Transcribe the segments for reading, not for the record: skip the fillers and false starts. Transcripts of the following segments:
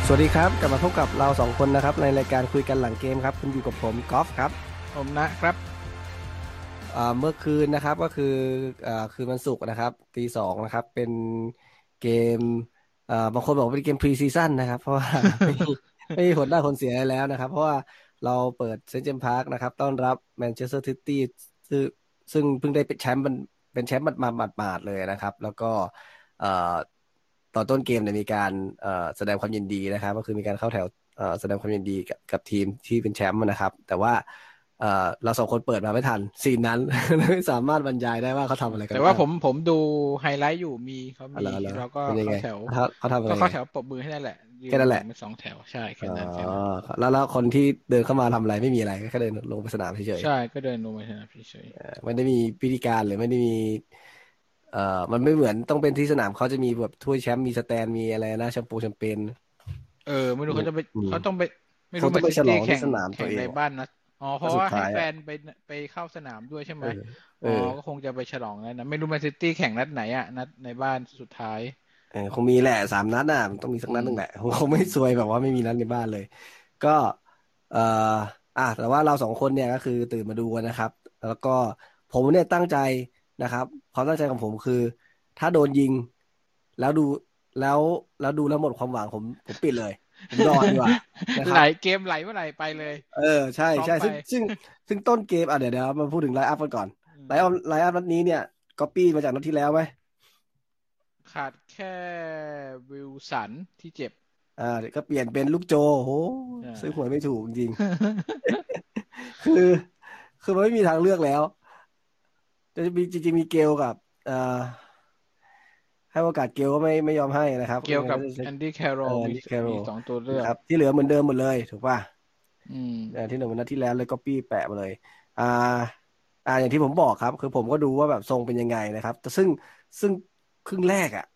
สวัสดีครับกลับมาพบกับเราสองคนนะครับในรายการคุยกันหลังเกมครับคุณอยู่กับผมกอล์ฟครับผมนะครับเมื่อคืนนะครับก็คือคืนวันศุกร์นะครับตี 2นะครับเป็นเกมบางคนบอกว่าเป็นเกมพรีซีซั่นนะครับเพราะว่าไม่มีไม่มีผลได้ผลเสียอะไรแล้วนะครับเพราะว่าเราเปิดเซนต์เจมส์พาร์คนะครับต้อนรับแมนเชสเตอร์ซิตี้ซึ่งซึ่งเพิ่งได้เป็นแชมป์มันเป็นแชมป์หมาดๆเลยนะครับแล้วก็เอ่อตอนต้นเกมเนี่ยมีการแสดงความยินดีนะครับก็คือมีการเข้าแถวแสดงความยินดีกับทีมที่เป็นแชมป์นะครับแต่ว่าเราสองคนเปิดมาไม่ทันซีนนั้นไม่สามารถบรรยายได้ว่าเขาทำอะไรกัแต่ว่านบ้างผมดูไฮไลท์อยู่มีเขามีอะไรแล้วก็เป็นยังไงเข้าแถวเขาทำอะไรไงก็เข้าแถวปรบมือให้นั่นแหละยืนแค่นั้นแหละหลังเป็นสองแถวใช่อ๋แค่อนั้นแล้วคนที่เดินเข้ามาทำอะไรไม่มีอะไรก็แค่เดินลงไปสนามเฉยใช่ก็เดินลงไปสนามเฉยๆไม่ได้มีพิธีการหรือไม่ได้มีเอ่อมันไม่เหมือนต้องเป็นที่สนามเขาจะมีแบบถ้วยแชมป์มีสแตนมีอะไรนะแชมเปญๆไม่รู้เขาจะไปอืมเขาต้องไปไม่เขารู้แมนซิต้องไปฉลองตี้แข่งที่สนามตัวเองอ่ะในบ้านนะอ๋อเพก็ราะว่าให้สุดท้ายอ่ะแฟนไปเข้าสนามด้วยใช่เออไหมเอออ๋อก็คงจะไปฉลองนั่นนะไม่รู้แมนซิตี้แข่งนัดไหนอ่ะนัดในบ้านสุดท้ายคงมีแหละ3 นัดน่ะมันต้องมีสักอืมนัดหนึ่งแหละคงไม่ซวยแบบว่าไม่มีนัดในบ้านเลยก็เอ่อแต่ว่าเราสองคนเนี่ยก็คือตื่นมาดูกันนะครับแล้วก็ผมเนี่ยตั้งใจนะครับความตั้งใจของผมคือถ้าโดนยิงแล้วดูแล้วดูแล้วหมดความหวังผมปิดเลยผมนอนดีกว่านะคไหลรับเกมไหลเมื่อไหร่ไปเลยเออใช่ใช่พร้อมไปซึ่งต้นเกมเดี๋ยวมาพูดถึงไลน์อัพกันก่อนอืมไลน์อัพนัดนี้เนี่ยก๊อปปี้มาจากนัดที่แล้วไหมขาดแค่วิลสันที่เจ็บเดี๋ยวก็เปลี่ยนเป็นลูกโจโหอ่ซื้อหวยาไม่ถูกจริงๆคือมันไม่มีทางเลือกแล้วจะมีจริงๆมีเกลกับเอ่อให้โอกาสเกลก็ไม่ยอมให้นะครับเกี่ยวกับยังไงก็จะใช้แอนดี้แคโรลมีแอนดี้แคโรมีสองตัวเลือกนะครับที่เหลือเหมือนเดิมหมดเลยถูกป่ะอืมที่เหลือเหมือนนัดที่แล้วเลยก็ปี้แปะมาเลยอ่าอย่างที่ผมบอกครับคือผมก็ดูว่าแบบทรงเป็นยังไงนะครับแต่ซึ่งครึ่งแรกอ่ะ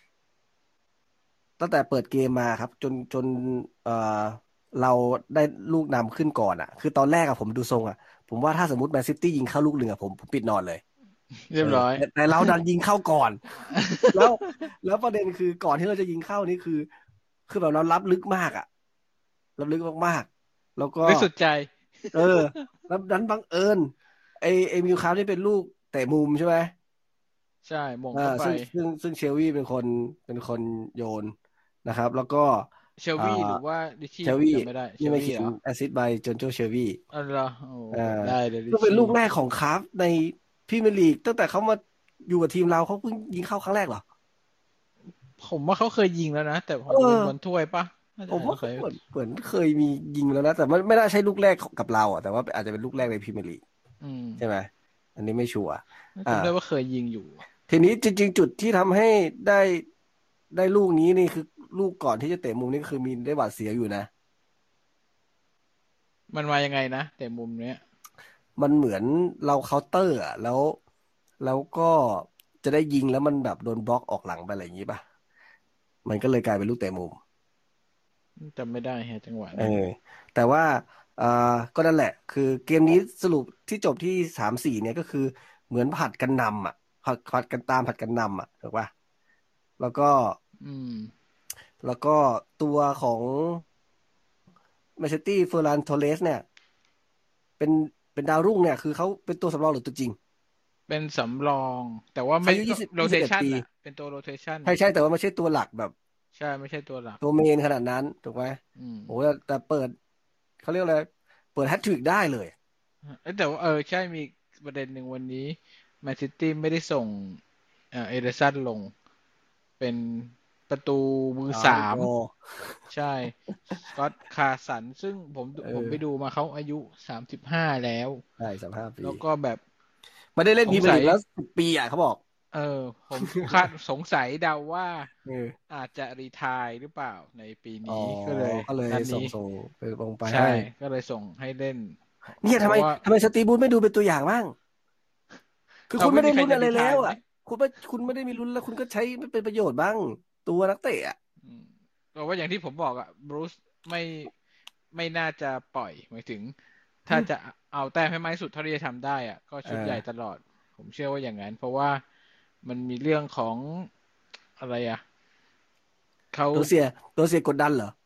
ตั้งแต่เปิดเกมมาครับจนเอ่อเราได้ลูกนำขึ้นก่อนอ่ะคือตอนแรกอะผมดูทรงอ่ะผมว่าถ้าสมมติแมนซิตี้ยิงเข้าลูกหนึ่งอ่ะผมปิดนอนเลยเออเรียบร้อยแต่เราดันยิงเข้าก่อนแล้วประเด็นคือก่อนที่เราจะยิงเข้านี่คือแบบเรารับลึกมากอ่ะรับลึกมากๆแล้วก็นึกสุดใจเออแล้วดันบังเอิญไอ้มิวคาที่เป็นลูกเตะมุมใช่ไหมใช่มงเข้าไปซึ่งเชลวี่เป็นคนโยนนะครับแล้วก็เชลอ่าวี่หรือว่าดิชี่ผมเชลวี่จำไม่ได้เชนี่มาเขียนลวี่เหรอแอสซิสต์บายจนโจเชลวี่อ๋อเหรอโอ้อ่าจำได้เดลิก็เป็นชี่ลูกแรกของคราฟในพรีเมียร์ลีกตั้งแต่เขามาอยู่กับทีมเราเขาเพิ่งยิงเข้าครั้งแรกเหรอผมว่าเขาเคยยิงแล้วนะแต่ผเอมจะเป็นบอลอถ้วยปะน่าผมว่าจะอาจจะเคยเหมือนเคยมียิงแล้วนะแต่ไม่ได้ใช่ลูกแรกกับเราอ่ะแต่ว่าอาจจะเป็นลูกแรกในพรีเมียร์ลีกอืมใช่ไหมอันนี้ไม่ชัวร์อ่าจำได้ว่าเคยยิงอยู่ทีนี้จริงๆจุดที่ทำให้ได้ลูกนี้นี่คือลูกก่อนที่จะเตะมุมนี่คือมีได้หวาดเสียวอยู่นะมันมายังไงนะแต่มุมเนี้ยมันเหมือนเราเคาน์เตอร์อ่ะแล้วก็จะได้ยิงแล้วมันแบบโดนบล็อกออกหลังไปอะไรอย่างงี้ป่ะมันก็เลยกลายเป็นลูกเตะมุมจำไม่ได้แฮะจังหวะเออนั้นแต่ว่าเอ่อก็นั่นแหละคือเกมนี้สรุปที่จบที่3-4เนี่ยก็คือเหมือนผัดกันนำอ่ะผัดกันตามผัดกันนำอ่ะถูกป่ะแล้วก็อืมตัวของแมนเชสเตอร์เฟอร์นันโทเรสเนี่ยเป็นดาวรุ่งเนี่ยคือเขาเป็นตัวสำรองหรือตัวจริงเป็นสำรองแต่ว่าไม่เขาอายุก็ 20 โรเทชันปีอ่ะเป็นตัวโรเทชันใช่แต่ว่าไม่ใช่ตัวหลักแบบใช่ไม่ใช่ตัวหลักตัวเมนขนาดนั้นถูกไหมอืมโอ้แต่เปิดเขาเรียกอะไรเปิดแฮตทริกได้เลยแต่ว่าใช่มีประเด็นหนึ่งวันนี้แมนซิตี้ไม่ได้ส่งเอเดอร์สันลงเป็นประตูมือสาลูกโกมใช่สกอตคาสันซึ่งเอผมไปดูอมาเขาอายุ35แล้วใช่15 ปีแล้วก็แบบไม่ได้เล่นพรีเมียร์สงสัยลีกแล้ว10 ปีอ่ะเขาบอกเออผมสงสัยเดาว่าเอออาจจะรีไทร์หรือเปล่าในปีอ๋อนี้ก็เลยก็เลยนัดนี้ส่งไปลงไปใช่ให้ก็เลยส่งให้เล่นเนี่ยทำไมเพราะว่าสตีบูธไม่ดูเป็นตัวอย่างบ้างคือเอาคุณไม่ได้ลุ้นไม่มีใครจะอะไรแล้วรีไทร์ไหมอ่ะคุณไม่ได้มีลุ้นแล้วคุณก็ใช้เป็นประโยชน์บ้างตัวนักเตะอ่ะอืมแต่ว่าอย่างที่ผมบอกอะบรูซไม่ไม่น่าจะปล่อยหมายถึงถ้าจะเอาแต้มให้มากที่สุดเท่าที่จะทำได้อะก็เอชุดใหญ่ตอลอดผมเชื่อว่าอย่างนั้นเพราะว่ามันมีเรื่องของอะไรอะเขาตัวเสียตัวเสียกดดันเหรอ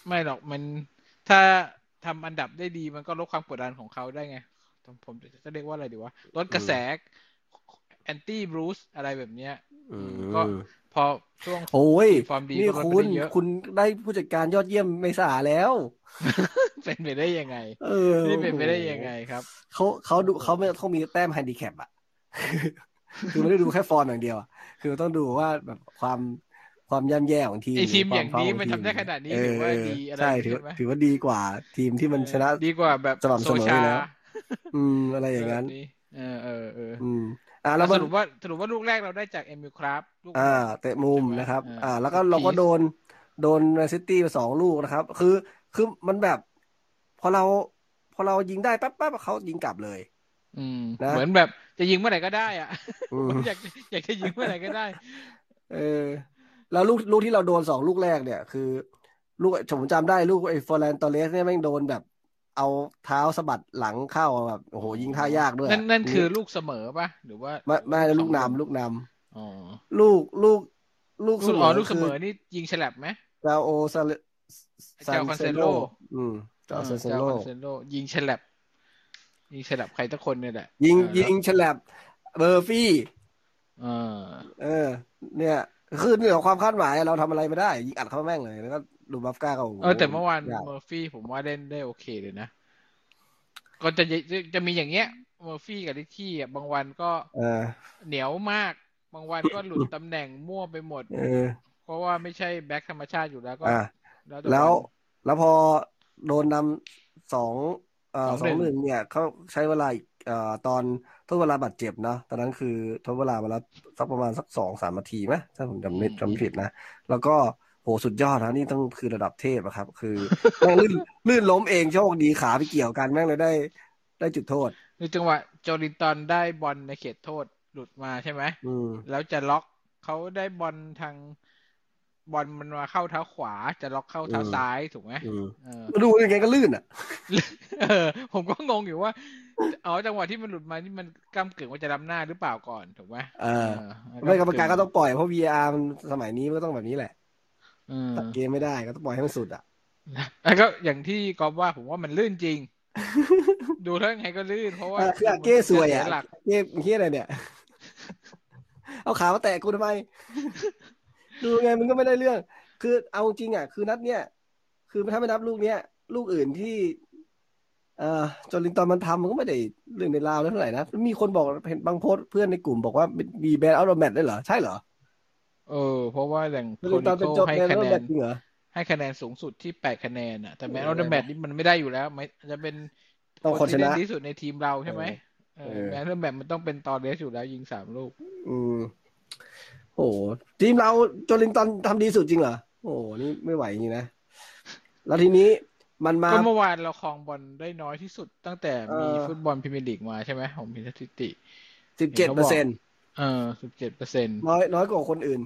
ไม่หรอกมันถ้าทำอันดับได้ดีมันก็ลดความกดดันของเขาได้ไงผมจะเรียกว่าอะไรดีวะลดกระแสอืมแอนตี้บรูซอะไรแบบเนี้ยอืก็มพอช่วงโอ้ยทีมฟอร์มดีนี่ก็ลดคุณไปได้เยอะคุณได้ผู้จัดการยอดเยี่ยมเมษาแล้วเป็นไปได้ยังไงเออนี่โอ้โหเป็นไปได้ยังไงครับเขาโอ้โหดูเขาไม่ต้องมีแต้มแฮนดิแคปอะคือไม่ได้ดูแค่ฟอร์มอย่างเดียวอะคือต้องดูว่าแบบความย่ำแย่ของทีมไอหรือทีมอย่างความพร้อมของนี้มันทำได้ทีมเนี่ยขนาดนี้เออถือว่าเออดีอะไรใช่อย่างนี้ใช่ไหมถือว่าดีกว่าทีมที่เออมันชนะดีกว่าแบบสม่ำเสมอโซชาอยู่แล้วอะไรออะไรย่างนั้นแบบนี้เอออืมแล้วมันสรุปว่าลูกแรกเราได้จากเอมิลครับลูกอ่าโมงเตะมุใช่ไหมมนะครับแล้วก็เซตพีซเราก็โดนแมนซิตี้ไป2 ลูกนะครับคือมันแบบพอเราพอเรายิงได้ปั๊บเขายิงกลับเลยนะเหมือนแบบจะยิงเมื่อไหร่ก็ได้อ่ะอืเหมือนมอยากจะยิงเมื่อไหร่ก็ได้เออแล้วลูกที่เราโดน2 ลูกแรกเนี่ยคือลูกผมจำได้ลูกไอ้ฟอร์แลนตอเรสเนี่ยแม่งโดนแบบเอาเท้าสะบัดหลังเข้าแบบโอ้อ๋อโหยิงท่ายากด้วยนั่นอันนี้คือลูกเสมอป่ะหรือว่าไม่ลูกสองหนึ่งลูกนอ๋อำลูกเสมอลูกเสคือมอนี่ยิงฉลับไหมจาโอซัเจ้านเซโลคอนเซโลอืมจาโอซันเซโลเจ้าคอนเซโลยิงฉลับยิงฉลับใครสักคนเนี่ยแหละยิแล้วงฉลับเบอร์ฟี่เออเออเนี่ยคือเหนือความคาดหมายเราทำอะไรไม่ได้ยิงอัดเข้าแม่งเลยแล้วก็ดูบัฟก้าก็โอ้โหแต่เมื่อวานยากเมอร์ฟี่ผมว่าเล่นได้โอเคเลยนะ ก็จะมีอย่างเงี้ยเมอร์ฟี่กับลิชชี่อ่ะบางวันก็เออเหนียวมากบางวันก็หลุดตำแหน่งมั่วไปหมดเออเพราะว่าไม่ใช่แบ็คธรรมชาติอยู่แล้วก็อ่ะแล้วแต่แล้ววันแล้วพอโดนนำสอง 2-1 หนึ่งเนี่ยเขาใช้เวลาอีกตอนทดเวลาบาดเจ็บเนาะตอนนั้นคือทดเวลามาแล้วสักประมาณสัก2-3 นาทีไหมถ้าผมจำไม่ผิดนะแล้วก็โหสุดยอดนะนี่ต้องคือระดับเทพอะครับคือแม่งลื่นล้มเองโชคดีขาไปเกี่ยวกันแม่งเลยได้จุดโทษในจังหวะโจลินตันได้บอลในเขตโทษหลุดมาใช่ไหมอืมแล้วจะล็อกเขาได้บอลทางบอลมันมาเข้าเท้าขวาจะล็อกเข้าอืมเท้าซ้ายถูกไหมอืมเออดูยังไงก็ลื่นอ่ะเออผมก็งงอยู่ว่าจังหวะที่มันหลุดมานี่มันก้ำกึ่งว่าจะล้ำหน้าหรือเปล่าก่อนถูกไหมเออเออไม่กรรมก้ำกึ่งการก็ต้องปล่อยเพราะ VR มันสมัยนี้มันก็ต้องแบบนี้แหละเอตัดเกมอไม่ได้ก็ต้องปล่อยให้มันสุดอ่ะแล้วก็อย่างที่กอฟว่าผมว่ามันลื่นจริงดูแล้วยังไงก็ลื่นเพราะว่าคืออาเก้ดูเหมือนกับสวยอ่ะจะเสียหลักอาเก้เฮียอะไรเนี่ยเอาขามาแตะกูทำไมดูไงมันก็ไม่ได้เรื่องคือเอาจริงอ่ะคือนัดเนี้ยคือถ้าไม่นับลูกเนี้ยลูกอื่นที่เอ่อจอร์ลินตันมันทำมันก็ไม่ได้เรื่องในราวเท่าไหร่นะมีคนบอกเห็นบางโพสต์เพื่อนในกลุ่มบอกว่ามีแบนเอาท์แมตช์ได้เหรอใช่เหรอเออเพราะว่าอย่างจอร์ลินตันโคนิโคเป็นจบแบนเอาท์แมตช์จริงเหรอให้คะแนนสูงสุดที่8 คะแนนอ่ะแต่โอ้แมนออฟเดอะไรวะอะแมตช์นี่มันไม่ได้อยู่แล้วไม่จะเป็นคนที่เล่นต้องคนชนะดีที่สุดในทีมเราเออใช่ไหมเออแมนออฟเดอะแมตช์มันต้องเป็นตอร์เรสอยู่แล้วยิง3 ลูกอืม โอ้โหทีมเราโจลินตันทำดีสุดจริงเหรอโอ้โหนี่ไม่ไหวจริงนะแล้วทีนี้มันมาก็เมื่อวานเราครองบอลได้น้อยที่สุดตั้งแต่เอ่มีอฟุตบอลพรีเมียร์ลีกมาใช่ไหมผมมีสถิติสิบเห็นเขาบอกเจ็ดเปอร์เซ็นต์ 17% น้อยกว่าคนอื่น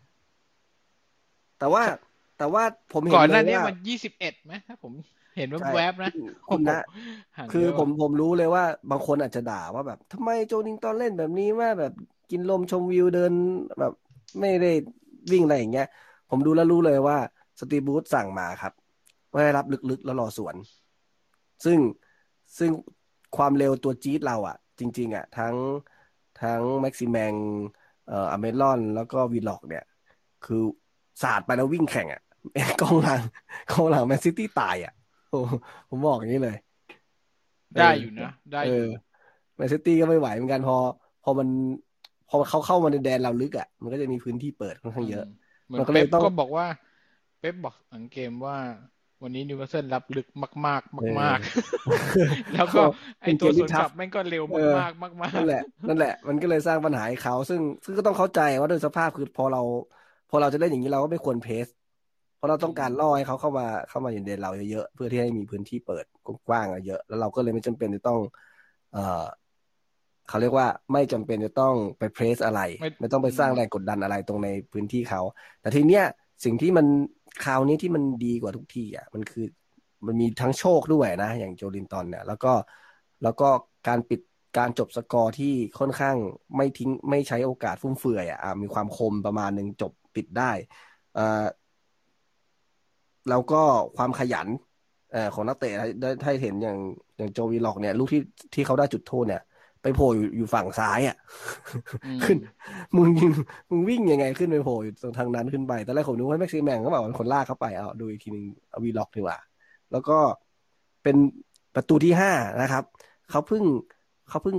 แต่ว่าแต่ว่าผมเห็ก่อนหน้านี้นเลยว่ามัน21ไหมถ้าผมเห็นใช่แวบๆนะโอ้โหคุณนะคือห่างเยอะว่ะผมรู้เลยว่าบางคนอาจจะด่าว่าแบบทำไมโจลินตันเล่นแบบนี้ว่าแบบกินลมชมวิวเดินแบบไม่ได้วิ่งอะไรอย่างเงี้ยผมดูแล้วรู้เลยว่าสตีฟบูธสั่งมาครับว่าให้รับลึกๆแล้วรอสวน ซึ่งซึ่งความเร็วตัวจี๊ดเราอ่ะจริงๆอ่ะทั้งแม็กซิแมงอเมรอนแล้วก็วีล็อกเนี่ยคือสาดไปแล้ววิ่งแข่งอ่ะกองหลังกองหลังแมนซิตี้ตายอ่ะโอ้ผมบอกอย่างนี้เลยเออได้อยู่นะได้เอออยู่แมนซิตี้ก็ไม่ไหวเหมือนกันพอมันพอเขาเข้ามาในแดนเราลึกอ่ะมันก็จะมีพื้นที่เปิดค่อนอืมข้างเยอะเหมือนเป๊ปมันก็เลยต้องก็บอกว่าเป๊ปบอกหลังเกมว่าวันนี้นิวคาสเซิลรับลึกมากเอๆมากอๆแล้วก็ไอเป็นเกตัวสมที่ทัฟวนกลับแม่งก็เร็วเออมากๆมากนั่นแหละมันก็เลยสร้างปัญหาให้เขาซึ่งก็ต้องเข้าใจว่าโดยสภาพคือพอเราจะเล่นอย่างนี้เราก็ไม่ควรเพสเพราะเราๆต้องการล่อให้เขาเข้ามาอยู่ในเราเยอะๆเพื่อที่ให้มีพื้นที่เปิดกว้างๆเยอะแล้วเราก็เลยไม่จำเป็นจะต้องเออเขาเรียกว่าไม่จำเป็นจะต้องไปเพรสอะไรไม่ไม่ต้องไปอืมสร้างแรงกดดันอะไรตรงในพื้นที่เขาแต่ทีเนี้ยสิ่งที่มันคราวนี้ที่มันดีกว่าทุกทีอ่ะมันคือมันมีทั้งโชคด้วยนะอย่างโจลินตันเนี่ยแล้วก็การปิดการจบสกอร์ที่ค่อนข้างไม่ทิ้งไม่ใช้โอกาสฟุ่มเฟือยมีความคมประมาณหนึ่งจบปิดได้เอ่อแล้วก็ความขยันของนักเตะได้ให้เห็นอย่างโจวีล็อกเนี่ยลูกที่เขาได้จุดโทษเนี่ยไปโผล่อยู่ฝั่งซ้ายอ่ะอื มขึ้นมึงยิงมึงวิ่งยังไงขึ้นไปโผล่อยู่ตรงทางนั้นขึ้นไปตอนแรกผมนึกว่าแม็กซิแมนก็บอกว่าเป็นคนลากเข้าไปเอาดูอีกทีหนึงเอาวีล็อกดีกว่าแล้วก็เป็นประตูที่5นะครับเขาเพิ่งเขาเพิ่ง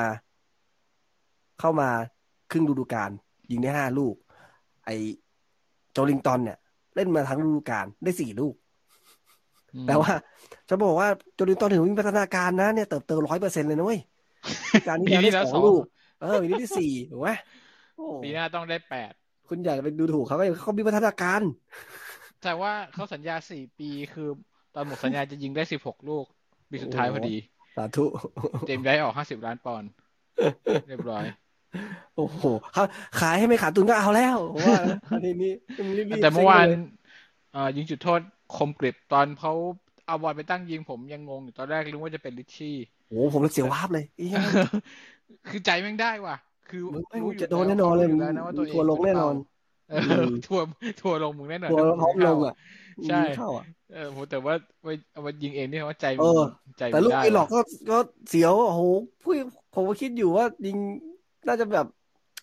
เข้ามาครึ่งฤดูกาลยิงได้5 ลูกไอโจลิงตันเนี่ยเล่นมาทั้งฤดูกาลได้4 ลูกอืมแต่ว่าจะบอกว่าโจลิงตันถือว่ามีพัฒนาการนะเนี่ยเติบโต100%เลยนะเว้ยฤดูกาล ที่ปีแล้วได้ที่แล้ว2 สองลูกปีนี้ได้4ถูกไหมโอ้ปีหน้าต้องได้8 คุณอยากจะไปดูถูกเขาก็เขามีพัฒนาการแต่ว่าเขาสัญญา4 ปีคือตอนหมดสัญญาจะยิงได้16 ลูกปีโอ้โหสุดท้ายพอดีสาธุเจมส์ได้ออก50 ล้านปอนด์เรียบร้อยโอ้โหเขาขายให้ไม่ขาดทุนก็เอาแล้วผมว่านะอันนี้มันรีบแต่เมื่อวานๆเซ็งไปเลยยิงจุดโทษคมกริบตอนเขาเอาบอลไปตั้งยิงผมยังงงอยู่ตอนแรกนึกว่าจะเป็นลิชชี่โอ้โหผมเลยเสียวแต่วาบเลยเอ้ยคือใจแม่งได้ว่ะคือมึงไม่รู้อยู่จะโดนแล้วเขารู้แน่นอนเลยอยู่แล้วนะว่าตัวเอทัวร์ลงโดนฟาวล์งแน่นอนเอออืมทัวร์ลงมึงแน่นอนทัวร์ถ้ามึงพร้อมลงยิงไม่เข้าอ่ะใช่ยิงเข้าอ่ะโหแต่ว่าเอามายิงเองนี่ว่าใจเออมึงใจแต่ลูกมึงได้ว่ะไอ้หลอกก็เสียวโอ้โหพูดผมก็คิดอยู่ว่ายิงน่าจะแบบ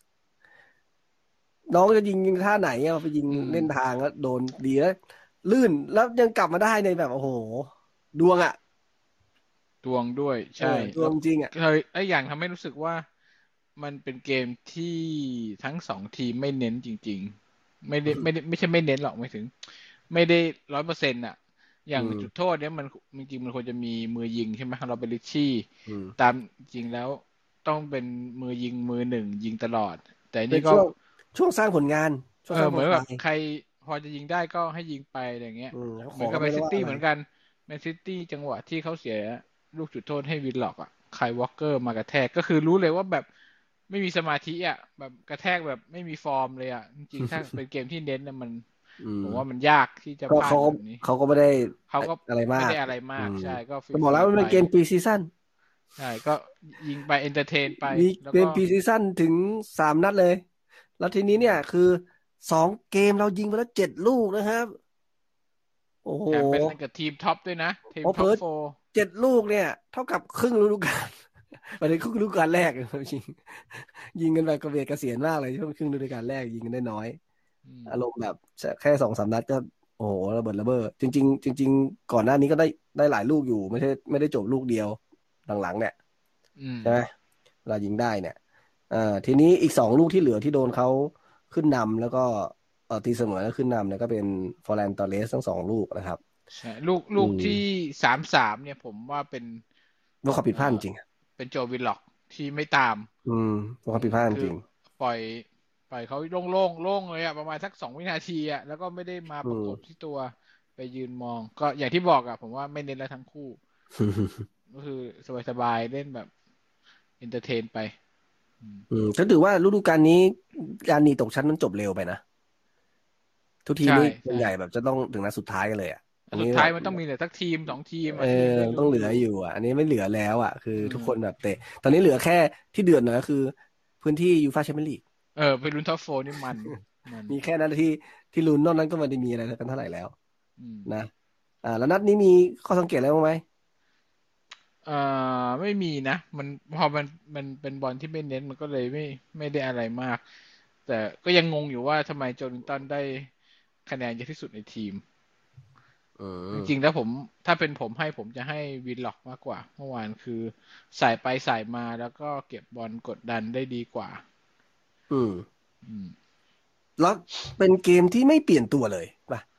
น้องจะยิงท่าไหนอะไปยิงอืมเล่นทางแล้วโดนดีแล้วลื่นแล้วยังกลับมาได้ในแบบโอ้โหดวงอ่ะดวงด้วยใช่ดแล้ววงจริงอ่ะเคยไอ้อย่างทำให้รู้สึกว่ามันเป็นเกมที่ทั้ง2 ทีมไม่เน้นจริงๆไม่ใช่ไม่เน้นหรอกไม่ถึงไม่ได้100%อ่ะอย่างอืมจุดโทษเนี้ยมันจริงๆมันควรจะมีมือยิงใช่ไหมเราเป็นลิชชี่อืมตามจริงแล้วต้องเป็นมือยิงมือหนึ่งยิงตลอดแต่นี่ก็เป็นช่วงสร้างผลงานช่วงสร้างโปเหมือนแบบรไฟล์ใครพอจะยิงได้ก็ให้ยิงไปอะไรเงี้ยเขาขอก็เหมือนกับแมนซิไม่ได้ว่าอะไรตี้เหมือนกันแมนซิตี้จังหวะที่เขาเสียลูกจุดโทษให้วิลล็อกอ่ะไคลวอลเกอร์มากระแทกก็คือรู้เลยว่าแบบไม่มีสมาธิอ่ะแบบกระแทกแบบไม่มีฟอร์มเลยอ่ะจริงๆถ้าเป็นเกมที่เน้นนะมันอืมผมว่ามันยากที่จะพลาดก็เขาแบบนี้เขาก็ไม่ได้เขาก็อะไรมากไม่ได้อะไรอืมากมใช่ก็ฟก็บอกแล้รีๆไปวมันเป็นเกมพรีซีซั่นใช่ก็ยิงไปเอนเตอร์เทนไปมีแล้วก็เกมพรีซีซั่นถึง3 นัดเลยแล้วทีนี้เนี่ยคือ2 เกมเรายิงไปแล้ว7 ลูกนะครับโอ้โหแถมเป็นกับทีมท็อปด้วยนะทีมท็อปพอเพิร์ 4 7 ลูกเนี่ยเท่ากับครึ่งฤดูกาลประเด็นครึ่งฤดูกาลแรกยิงกันแบบกระเบียดกระเสียนมากเลยช่วงครึ่งฤดูกาลแรกยิงกันได้น้อยอืมอารมณ์แบบแค่2-3 นัดก็โอ้โหระเบิดระเบ้อจริงๆจริงๆก่อนหน้านี้ก็ได้หลายลูกอยู่ไม่ได้จบลูกเดียวหลังๆเนี่ยอืมใช่ไหมเวลายิงได้เนี่ยอ่าทีนี้อีก2 ลูกที่เหลือที่โดนเขาขึ้นนำแล้วก็ตีเสมอแล้วขึ้นนำเนี่ยก็เป็นฟอร์แลนตอเรสทั้ง2 ลูกนะครับใช่ลูอืมกที่3-3เนี่ยผมว่าเป็นว่าเขาผิดเอ่อพลาดจริงเป็นโจวิลล็อกที่ไม่ตามอืมเป็นความผิดพลาดคือจริงปล่อยปล่อยเขาโล่งเลยอะประมาณสัก2 วินาทีอะแล้วก็ไม่ได้มาอืประกบมที่ตัวไปยืนมองก็อย่างที่บอกอะผมว่าไม่เน้นแล้วทั้งคู่ ก็คือสบายๆเล่นแบบเอนเตอร์เทนไปอืมก็ถือว่าฤดูกาลนี้การหนีตกชั้นมันจบเร็วไปนะทุกทีมใช่นี่ส่วนใช่ใหญ่แบบจะต้องถึงนัดสุดท้ายกันเลยอ่ะอันสุดท้ายนี้แบบมันต้องมีเหลือสักทีม2 ทีมเอออะที่ยังได้ต้องเหลือลุ้นอยู่อยู่อ่ะอันนี้ไม่เหลือแล้วอ่ะคืออืทุกคนแบมบเตะตอนนี้เหลือแค่ที่เดือดหน่อยก็คือพื้นที่ยูฟ่าแชมเปี้ยนลีกไปลุ้นท็อปโฟร์นี่มันมีแค่นั้นที่ลุ้นนอกนั้นก็ไม่ได้มีอะไรกันเท่าไหร่แล้วอืมนะแล้วนัดนี้มีข้อสังเกตอะไรบ้างไหมเอ่ไม่มีนะมันพอมันเป็นบอลที่ไม่เน้นมันก็เลยไม่ได้อะไรมากแต่ก็ยังงงอยู่ว่าทำไมโจลินตันได้คะแนนเยอะที่สุดในทีมอืจริงๆมแล้วถ้าเป็นผมจะให้วินล็อกมากกว่าเมื่อวานคือใส่ไปใส่มาแล้วก็เก็บบอลกดดันได้ดีกว่าอืมอืมแล้วเป็นเกมที่ไม่เปลี่ยนตัวเลยป่ะ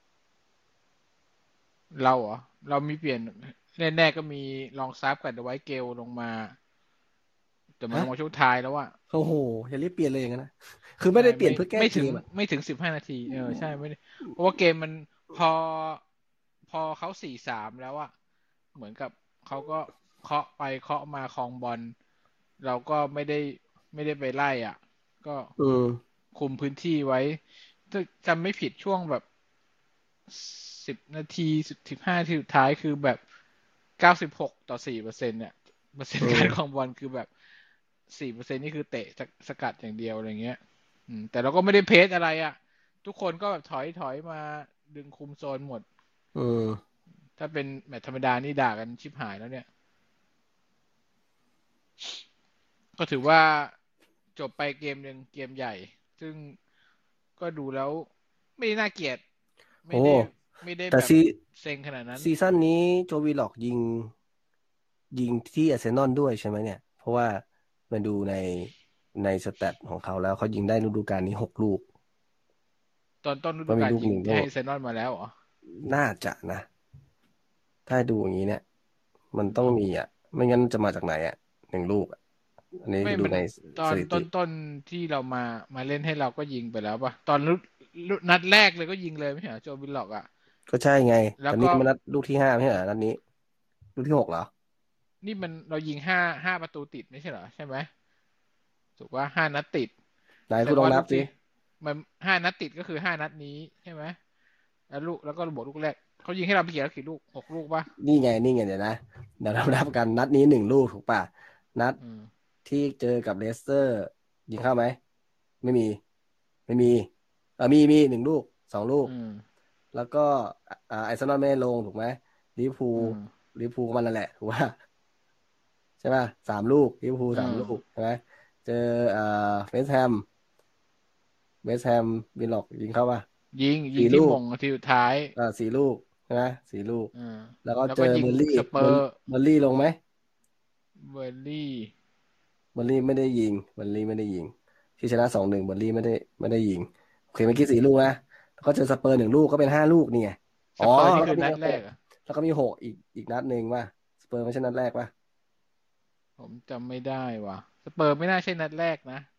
เราเหรอเรามีเปลี่ยนแน่ๆก็มีลองซับกับเดอะไวท์เกลลงมาแต่มันฮะลงมาช่วงท้ายแล้วอะโอ้โหอย่าเรียกเปลี่ยนเลยอย่างนั้นนะคือไม่ใช่ได้เปลี่ยนเพื่อแก้ไม่ถึงเกมอ่ะ 15 นาทีใช่ไม่ได้เพราะว่าเกมมันพอพอเขา4-3แล้วอะเหมือนกับเขาก็เคาะไปเคาะมาครองบอลเราก็ไม่ได้ไปไล่อ่ะก็อืมคุมพื้นที่ไว้ถ้าจำไม่ผิดช่วงแบบ10 นาที15 นาทีสุดท้ายคือแบบ96-4%เนี่ยเปอร์เซ็นอืต์การครองมบอลคือแบบ4%นี่คือเตะสกัดอย่างเดียวอะไรเงี้ย แต่เราก็ไม่ได้เพจอะไรอ่ะทุกคนก็แบบถอยมาดึงคุมโซนหมดอืมถ้าเป็นแมตช์ธรรมดานี่ด่ากันชิบหายแล้วเนี่ยก็ถือว่าจบไปเกมหนึ่งเกมใหญ่ซึ่งก็ดูแล้วไม่ได้น่าเกลียดโอ้ไม่ได้ไม่ได้แบบแต่เซ็งขนาดนั้นซีซั่นนี้โจวีล็อกยิงที่อาร์เซนอลด้วยใช่ไหมเนี่ยเพราะว่ามาดูในสแตทของเขาแล้วเขายิงได้ฤดูกาลนี้6 ลูกตอนต้นฤก็มีลูกดูกาลยิงหนึ่งก็ให้เซนอนมาแล้วเหรอน่าจะนะถ้าดูอย่างนี้เนี่ยมันต้องเหรอมีอ่ะไม่งั้นจะมาจากไหนอ่ะ1 ลูกอะอันนี้ไม่มันคือดูในตอนสถิติต้นที่เรามาเล่นให้เราก็ยิงไปแล้วป่ะตอนนัดแรกเลยก็ยิงเลยไม่ใช่เหรอโจวิลล็อกอ่ะก็ใช่ไงตอนนี้แล้วก็มันนัดลูกที่5ไม่ใช่เหรอนัดนี้ลูกที่ 6เหรอนี่มันเรายิงห้าประตูติดไม่ใช่เหรอใช่ไหมถูกว่า5 นัดติดไหนแสดคุณลองนับสิงว่าลูกที่มัน5 นัดติดก็คือ5 นัดนี้ใช่ไหมแล้วก็บวกลูกแรกเขายิงให้เราไปกี่ลูก6 ลูกป่ะนี่ไงเดี๋ยวเรานับกันนัดนี้1 ลูกถูกป่ะนัดอืมที่เจอกับเลสเตอร์ยิงเข้าไหมไม่มีไม่มีมี1 ลูก 2 ลูกอืมแล้วก็ไอซ์นอลไม่ได้ลงถูกไหมลิเวอร์พูลอืมลิเวอร์พูลก็มันนั่นแหละถูกป่ะใช่ป่ะ3 ลูกลิเวอร์พูลอืม 3 ลูกใช่ไหมเจอเอ่อเวสต์แฮมเวสต์แฮมวิลล็อกยิงเข้าป่ะยิงสี่ลูกที่มงทีสุดท้าย 4 ลูกใช่ไหม4 ลูกอืมแล้วก็เจอแล้วก็ยิงเบอร์ลี่สเปอเบอร์ร์เบอร์ลี่ลงไหมเบอร์ลี่เบอร์ลี่ไม่ได้ยิงเบอร์ลี่ไม่ได้ยิงที่ชนะ2-1เบอร์ลี่ไม่ได้ยิงโอเคเมื่อกี้4 ลูกนะแล้วก็เจอสเปอร์1 ลูกก็เป็น5 ลูกนี่ไงอ๋อสเปอร์นี่แล้วก็คือนัดมีหกแรกอ่ะแล้วก็มี6อีกนัดหนึ่งว่ะสเปอร์ไม่ใช่นัดแรกป่ะผมจำไม่ได้ว่ะสเปอร์ไม่น่าใช่นัดแรกนะ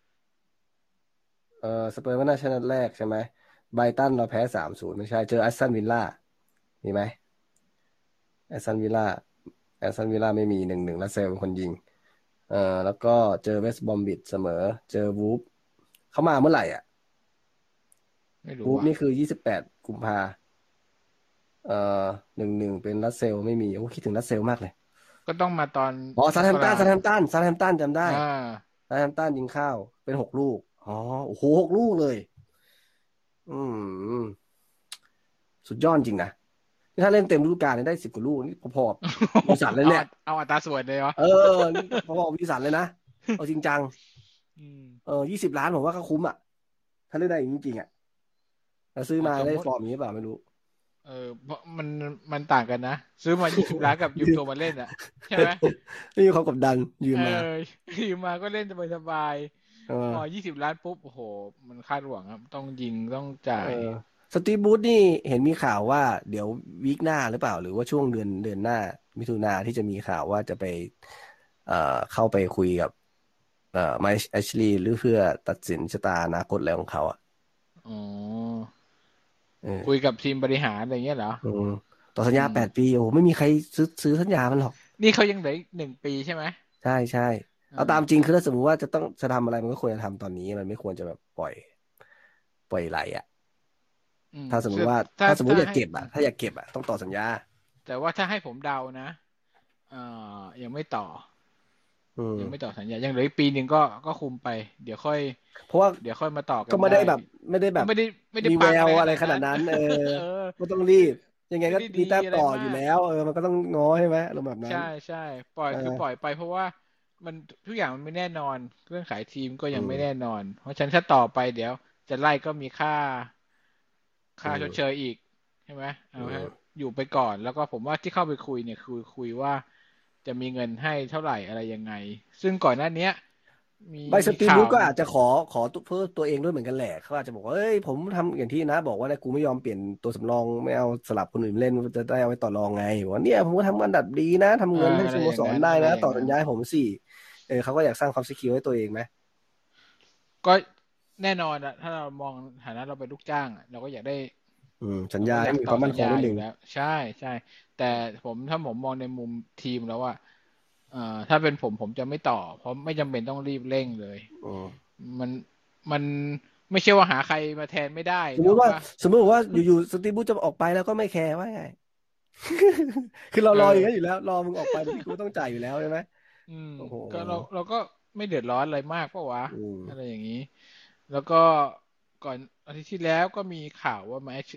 เออสเปอร์ไม่น่าใช่นัดแรกใช่ไหมไบรตันเราแพ้3-0ไม่ใช่เจอแอสตันวิลล่ามีไหมแอสตันวิลล่าแอสตันวิลล่าไม่มี1-1แล้วเซลเป็นคนยิงเออแล้วก็เจอเวสต์บอมบิดเสมอเจอวูฟเขามาเมื่อไหร่อ่ะไม่รู้ว่ะวูฟนี่คือ28 กุมภาเอ่อ1-1เป็นรัสเซลไม่มีโอ้คิดถึงรัสเซลมากเลยก็ต้องมาตอนอ๋อซามกราแฮมป์ตันซาแฮมป์ตันซาแฮมป์ตันจำได้อ่าซาแฮมป์ตันยิงเข้าวเป็น6 ลูกอ๋อโอ้โห6 ลูกเลยอืมสุดยอดจริงนะนี่ถ้าเล่นเต็มฤดูกาลเนี่ยได้10 กว่า ลูกนี่พอๆวิสันเลยเอาเนี่ยเอาอัตราส่วนเลยวะเออนี่พอๆวิสันเลยนะเอาจริงจังอืม 20 ล้านผมว่าก็คุ้มอ่ะถ้าเล่นได้อย่างนี้จริงๆอ่ะแล้วซื้อมาได้สมมติฟอร์มอย่างนี้เปล่าไม่รู้เพราะมันต่างกันนะซื้อมา20 ล้านกับยืมตัวมาเล่นอ่ะใช่ไหมไม่มีความกดดันยืเออมมายืมมาก็เล่นสบายเออๆพอ20 ล้านปุ๊บโอ้โหมันคาดหวังครับต้องยิงต้องจ่าเออยสตีฟบูธนี่เห็นมีข่าวว่าเดี๋ยววีคหน้าหรือเปล่าหรือว่าช่วงเดือนหน้ามิถุนาที่จะมีข่าวว่าจะไปเอ่อเข้าไปคุยกับไมค์แอชลีย์หรือเพื่อตัดสินชะตาอนาคตอะไรของเขาอ่ะอ๋อเออคุยกับทีมบริหารอะไรเงี้ยเหรออืมต่อสัญญาอืม 8 ปีโอ้โหไม่มีใครซื้อสัญญามันหรอกนี่เขายังเหลืออีก1 ปีใช่ไหมใช่เอาตามจริงอ่าคือถ้าสมมติว่าจะทำอะไรมันก็ควรจะทำตอนนี้มันไม่ควรจะแบบปล่อยไหลอ่ะอืมถ้าสมมติว่าถ้าถ้าสมมติถ้าให้อยากเก็บอ่ะถ้าอยากเก็บอ่ะต้องต่อสัญญาแต่ว่าถ้าให้ผมเดานะเอ่ยังไม่ต่ออืมยังไม่ต่อสัญญายังเหลืออีก1 ปีก็คุมไปเดี๋ยวค่อยเพราะว่าเดี๋ยวค่อยมาต่อกัก็นได้ไม่ได้แบบไม่ได้แบบก็ไม่ได้มีแวปังอะไรวอะไรขนาดนั้นขนาดนั้นเออก็ต้องรีบยังไงก็ไม่ได้ดีอะไรมีแต้มต่ออยู่มากแล้วมันก็ต้องง้อใช่ไหมอารมณ์แบบนั้นใช่ใช่ปล่อยเออคือปล่อยไปเพราะว่ามันทุกอย่างมันไม่แน่นอนเรื่องขายทีมก็อืยังไม่แน่มนอนเพราะฉะนั้นถ้าต่อไปเดี๋ยวจะไล่ก็มีอืค่าชดเชมยอีกใช่ไหมอืเอาให้มอยู่ไปก่อนแล้วก็ผมว่าที่เข้าไปคุยเนี่ยคุยว่าจะมีเงินให้เท่าไหร่อะไรยังไงซึ่งก่อนหน้าเนี้ยมีใบสตีฟข่าวมาวูดก็อาจจะขอตัวเพื่อตัวเองด้วยเหมือนกันแหละเขาอาจจะบอกว่าเอ้ยผมทำอย่างที่นะบอกว่ากูไม่ยอมเปลี่ยนตัวสำรองไม่เอาสลับคนอื่นเล่นจะได้เอาไว้ต่อรองไงบอกว่าเนี่ยผมก็ทำงานดับดีนะทำเงินให้อะไรสโมอย่างนั้นอะไรสรได้นะอย่างนั้นต่อสัญญาให้ผมสิเขาก็อยากสร้างความซีคิวให้ตัวเองไหมก็แน่นอนอะถ้าเรามองฐานะเราเป็นลูกจ้างอะเราก็อยากได้สัญเราญาให้ก็อยากต่อมีความมั่นคงสัญญานิดนึงอยู่แล้วใช่ใช่แต่ถ้าผมมองในมุมทีมแล้วว่าถ้าเป็นผมจะไม่ต่อเพราะไม่จำเป็นต้องรีบเร่งเลยอืมมันมันไม่ใช่ว่าหาใครมาแทนไม่ได้สมมุติว่าเนกอะปะอยู่ๆสตีฟบูธจะออกไปแล้วก็ไม่แคร์ว่าไงคือเราเอรออย่างอนั้นอยู่แล้วรอมึงออกไปที่กูต้องจ่ายอยู่แล้วใช่ไหมอืมโอ้โหก็เราก็ไม่เดือดร้อนอะไรมากเพราะวะอืมอะไรอย่างนี้แล้วก็ก่อนอาทิตย์ที่แล้วก็มีข่าวว่า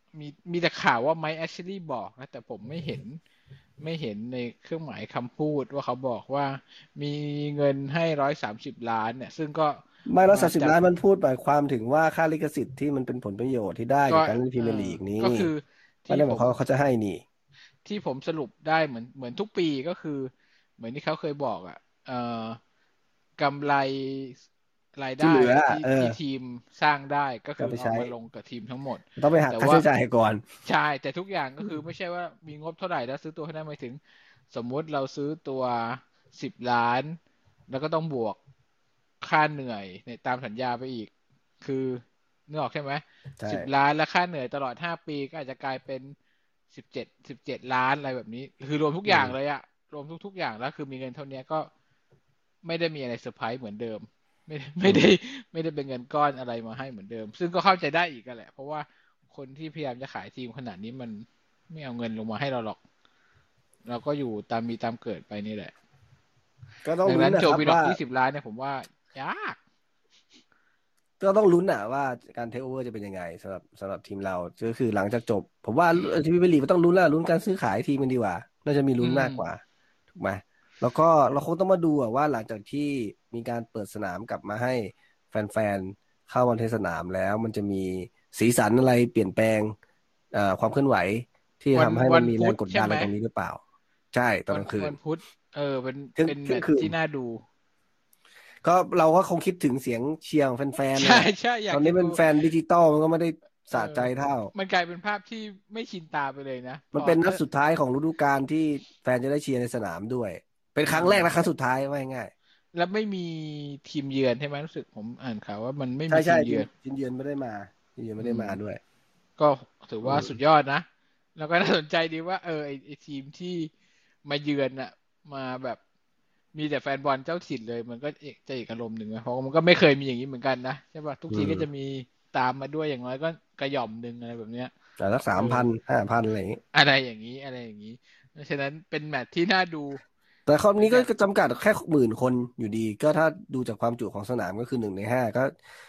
มีแต่ข่าวว่าไมค์แอชลีย์บอกนะแต่ผมไม่เห็นในเครื่องหมายคำพูดว่าเขาบอกว่ามีเงินให้130 ล้านเนี่ยซึ่งก็ไม่แล้วมาจาก 30 ล้านมันพูดหมายความถึงว่าค่าลิขสิทธิ์ที่มันเป็นผลประโยชน์ที่ได้ก็จากการเล่นพรีเออเมียร์ลีกนี้ก็คือไม่ได้หที่ผมมายความว่าเขาจะให้นี่ที่ผมสรุปได้เหมือนทุกปีก็คือเหมือนที่เขาเคยบอกอ่ะเอ่อกำไรรายได้ที่เหลือที่เออที่ทีมสร้างได้ก็คือเอาก็ไปใช้มาลงกับทีมทั้งหมดต้องไปหักแต่ว่าค่าใช้จ่ายก่อนใช่แต่ทุกอย่างก็คือไม่ใช่ว่ามีงบเท่าไหร่แล้วซื้อตัวให้ได้หมายถึงสมมุติเราซื้อตัว10 ล้านแล้วก็ต้องบวกค่าเหนื่อยในตามสัญญาไปอีกคือนึกออกใช่ไหมใช่ 10 ล้านแล้วค่าเหนื่อยตลอด5 ปีก็อาจจะกลายเป็น17 ล้านอะไรแบบนี้คือรวมทุกอืมอย่างเลยอะรวมทุกอย่างแล้วคือมีเงินเท่านี้ก็ไม่ได้มีอะไรเซอร์ไพรส์เหมือนเดิมไม่อืไม่ได้มไม่ได้เป็นเงินก้อนอะไรมาให้เหมือนเดิมซึ่งก็เข้าใจได้อีกกันแหละเพราะว่า คนที่พยายามจะขายทีมขนาดนี้มันไม่เอาเงินลงมาให้เราหรอกเราก็อยู่ตามมีตามเกิดไปนี่แหละก็ต้องดังนั้นโจลุ้นนะครับว่าบีดอก20 ล้านเนี่ยผมว่ายากก็ต้องลุ้นอะว่าการเทคโอเวอร์จะเป็นยังไงสำหรับทีมเราก็คือหลังจากจบผมว่าทีมพรีเมียร์ลีกมันต้องลุ้นแล้วลุ้นการซื้อขายทีมมันดีกว่าน่าจะมีลุ้อืมนมากกว่าถูกไหมแล้วก็เราคงต้องมาดูอะว่าหลังจากที่มีการเปิดสนามกลับมาให้แฟนๆเข้ามาเทสนามแล้วมันจะมีสีสันอะไรเปลี่ยนแปลงความเคลื่อนไหวที่วันทำให้มันมีแรวันพุงกดดันอะไรธใช่ไหมตรงนี้หรือเปล่าใช่ตอนวันกลางคืนวันพุธเป็นเที่ยงเป็นแมตช์เที่ยงคืนที่น่าดูก็เราก็คงคิดถึงเสียงเชียร์ของแฟนๆนั่นใช่แหละใช่อตอนนี้ยากจะดูเป็นแฟนดิจิตอลมันก็ไม่ได้เออสะใจเท่ามันกลายเป็นภาพที่ไม่ชินตาไปเลยนะพมันเป็นนัอถ้าดสุดท้ายของฤดูกาลที่แฟนจะได้เชียร์ในสนามด้วยเป็นอืครั้งแรกและครั้งมสุดท้ายว่าง่ายแล้วไม่มีทีมเยือนใช่ไหมรู้สึกผมอ่านข่าวว่ามันไม่ใช่ใช่ทีมมีทีมเยือนทีมเยือนไม่ได้มาทีมเยือนไม่อืมได้มาด้วยก็ถืออืว่าสุดยมอดนะแล้วก็น่าสนใจดีว่าไอทีมที่มาเยือนน่ะมาแบบมีแต่แฟนบอลเจ้าถิ่นเลยมันก็จะอีกอารมณ์หนึ่งนะเพราะมันก็ไม่เคยมีอย่างนี้เหมือนกันนะใช่ป่ะทุกอืทีก็จะมมีตามมาด้วยอย่างน้อยก็กระหย่อมหนึ่งอะไรแบบเนี้ยแต่สักสาเออมพัน5,000อะไรอย่างงี้อะไรอย่างนี้เพราะฉะนั้นเป็นแมตช์ที่น่าดูแต่คราวนี้ก็เป็นแมตช์จำกัดแค่10,000 คนอยู่ดีก็ถ้าดูจากความจุของสนามก็คือ1 ใน 5ก็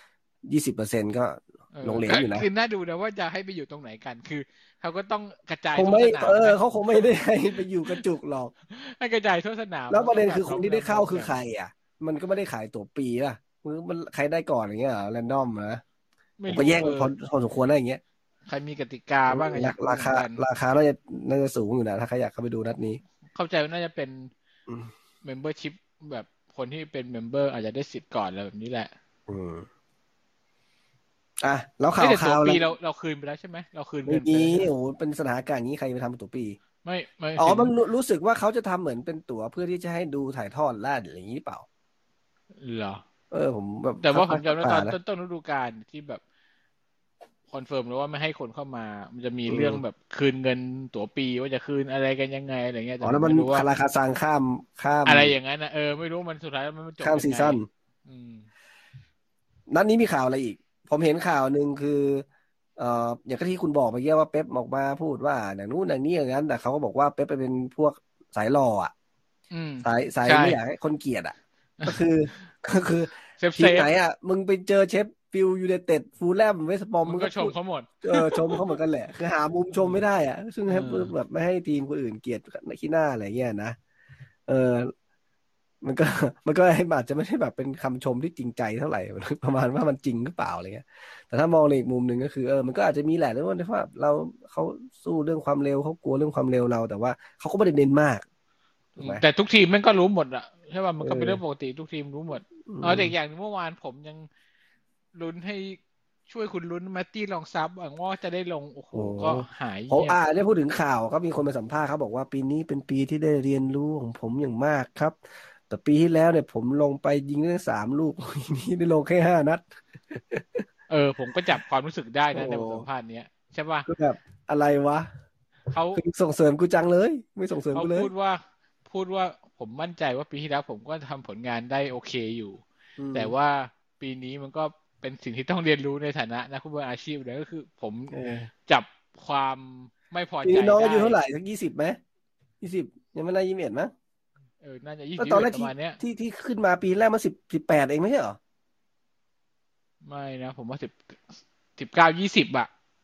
20%ก็ลงเหลก็นอยู่นะคือน่าดูนะว่าจะให้ไปอยู่ตรงไหนกันคือเขาก็ต้องกระจายคงไม่ทั่วสนามไหมเขาคงไม่ได้ให้ไปอยู่กระจุกหรอกให้กระจายทั่วสนามแล้วประเด็นแล้วก็แบบคือคนที่ได้เข้าล้อมกันคือใครอ่ะมันก็ไม่ได้ขายตั๋วปีป่ะมันใครได้ก่อนอย่างเงี้ยเหรอแรนดอมนะผไม่มก็แย่งรู้พอสมควรได้อย่างเงี้ยใครมีกติกาบ้างอะอรายากรู้ราคาเหมือนกันราคาน่าจะสูงอยู่นะถ้าใครอยากเข้าไปดูนัดนี้เข้าใจว่าน่าจะเป็นอืมเมมเบอร์ชิพแบบคนที่เป็นเมมเบอร์อาจจะได้สิทธิ์ก่อนอะไรแบบนี้แหละอืมอ่ะแล้วข่าเอ้ยแต่ตั๋วปีวข่าวแล้วเราคืนไปแล้วใช่ไหมเราคืนไม่มีเงินไปแล้วใช่ไหมโอ้โหเป็นสถานการณ์อย่างนี้ใครไปทำตั๋วปีไม่ถึงอ๋อมันรู้สึกว่าเขาจะทำเหมือนเป็นตั๋วเพื่อที่จะให้ดูถ่ายทอดล่าอะไรอย่างนี้หรือเปล่าเหรอผมแบบแต่ว่าผมพักจำได้ตานะตอนต้นฤดูกาลที่แบบคอนเฟิร์มแล้วว่าไม่ให้คนเข้ามามันจะมีอืมเรื่องแบบคืนเงินตั๋วปีว่าจะคืนอะไรกันยังไงอะไรเงี้ยแต่อ๋อแล้วมันผมไม่รู้ว่าคาราคาซังข้ามอะไรอย่างนั้นนะไม่รู้มันสุดท้ายมันจบยังไงซีซั่นอืมนัดนี้มีข่าวอะไรอีก ผมเห็นข่าวหนึ่งคือเอ่ออย่างที่คุณบอกเมื่อกี้ว่าเป๊ปออกมาพูดว่าอย่างนู้นอย่างนี้อย่างนั้นแต่เขาก็บอกว่าเป๊ปไปเป็นพวกสายหล่ออ่ะอืมสายใช่ไม่อยากให้คนเกลียดอ่ะก็คือก็คือเซฟเซฟทีมไหนอ่ะมึงไปเจอเชฟฟิลด์ยูไนเต็ดฟูลแลมเวสต์บอมมันก็มึงก็พูดชมเขาหมดชมเขาเหมือนกันแหละคือหามุมชอืมมไม่ได้อ่ะซึ่งเอให้อแบบไม่ให้ทีมคนอื่นเกลียดขี้หน้าอะไรเงี้ยนะเออ มันก็มันก็อาจจะไม่ได้แบบเป็นคำชมที่จริงใจเท่าไหร่ประมาณว่ามันจริงหรือเปล่าอะไรเงี้ยแต่ถ้ามองในอีกมุมหนึ่งก็คือมันก็อาจจะมีแหละเรื่องว่าเขาสู้เรื่องความเร็วเขากลัวเรื่องความเร็วเราแต่ว่าเขาก็ไม่ได้เน้นมากถูกไหมแต่ทุกทีมมันก็รู้หมดอะใช่ป่ะมันก็เป็นเรื่องปเออกติทุกทีมรู้หมดอืแต่อีกอย่างมหนึ่งเมื่อวานผมยังลุ้นให้ช่วยคุณลุ้นแมตตี้ลองซับหวังว่าจะได้ลงโอ้โหโอ้ก็หายผมเงียบได้พูดถึงข่าวก็มีคนไปสัมภาษณ์เขาบอกว่าปีนี้เป็นปีที่ได้เรียนรู้ของผมอย่างมากครับแต่ปีที่แล้วเนี่ยผมลงไปยิงได้3 ลูกปีนี้ได้ลงแค่5 นัดผมก็จับความรู้สึกได้โอ้นะในบทสัมภาษณ์เนี้ยใช่ป่ะก็แบบอะไรวะเขาคือส่งเสริมกูจังเลยไม่ส่งเสริมเขากูเลยพูดว่าผมมั่นใจว่าปีที่แล้วผมก็ทำผลงานได้โอเคอยู่อืมแต่ว่าปีนี้มันก็เป็นสิ่งที่ต้องเรียนรู้ในฐานะนักฟุตบอลอาชีพเลยก็คือผมเออจับความไม่พอใจปีนี้น้องอายุได้เท่าไหร่สัก20ไหม20ยังไม่ได้21มั้งน่าจะยี่สิบแล้วตอนแรกที่ประมาณเนี้ยที่ขึ้นมาปีแรกมัน18เองไม่ใช่เหรอไม่นะผมว่า19 20อะ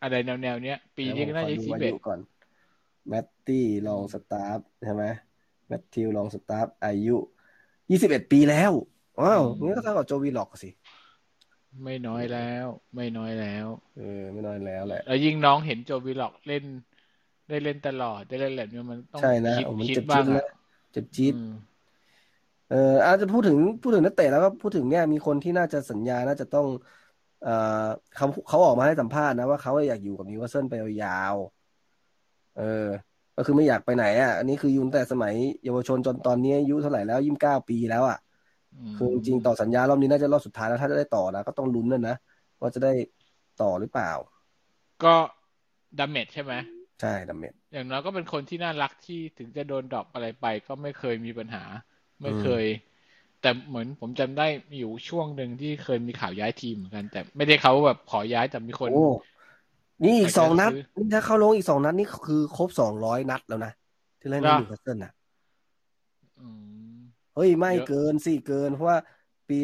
อะไรแนวเนี้ยปีแล้วนี้ก็น่าผมขอดูจะ11 อายุก่อนแมตตี้ลองอืมสตาร์ใช่ไหมแมตติวลองสตาร์อายุ21 ปีแล้วว้าวอืมงั้นก็เท่ากับโจวีล็อกสิไม่น้อยแล้อืมวไม่น้อยแล้วไม่น้อยแล้วแหละแล้วยิ่งน้องเห็นโจวิลล็อกเล่นได้เล่นตลอดได้เล่นแบบนี้มันต้องใช่นะคิดโอ้มันคิดเจ็บจี๊ดนะบ้างอ่ะเจ็บจี๊ดอืมเอออาจจะพูดถึงนักเตะแล้วก็พูดถึงเนี่ยมีคนที่น่าจะสัญญาน่าจะต้องเอ่อเขาออกมาให้สัมภาษณ์นะว่าเขาอยากอยู่กับนิวคาสเซิลไปยาวๆก็คือไม่อยากไปไหนอ่ะอันนี้คืออยู่ตั้งแต่สมัยเยาวชนจนตอนนี้อายุเท่าไหร่แล้ว29 ปีแล้วอ่ะอืคือจริงๆต่อสัมญญารอบนี้น่าจะรอบสุดท้ายแล้วถ้าจะได้ต่อนะก็ต้องลุ้นนะว่าจะได้ต่อหรือเปล่าก็ดาเมจใช่ไหมใช่ดัมเมจอย่างน้อยก็เป็นคนที่น่ารักที่ถึงจะโดนดรอปอะไรไปก็ไม่เคยมีปัญหาอืไม่เคยมแต่เหมือนผมจำได้มีอยู่ช่วงหนึ่งที่เคยมีข่าวย้ายทีมเหมือนกันแต่ไม่ได้เขาแบบขอย้ายแต่มีคนโอ้นี่อีอยากกสองนัดจะซื้อนี่ถ้าเข้าลงอีก2 นัดนี่คือครบ200 นัดแล้วนะที่เล่นให้ละนิวคาสเซิลนะอืมเฮ้ยไม่เยอะเกินสิเกินเพราะว่าปี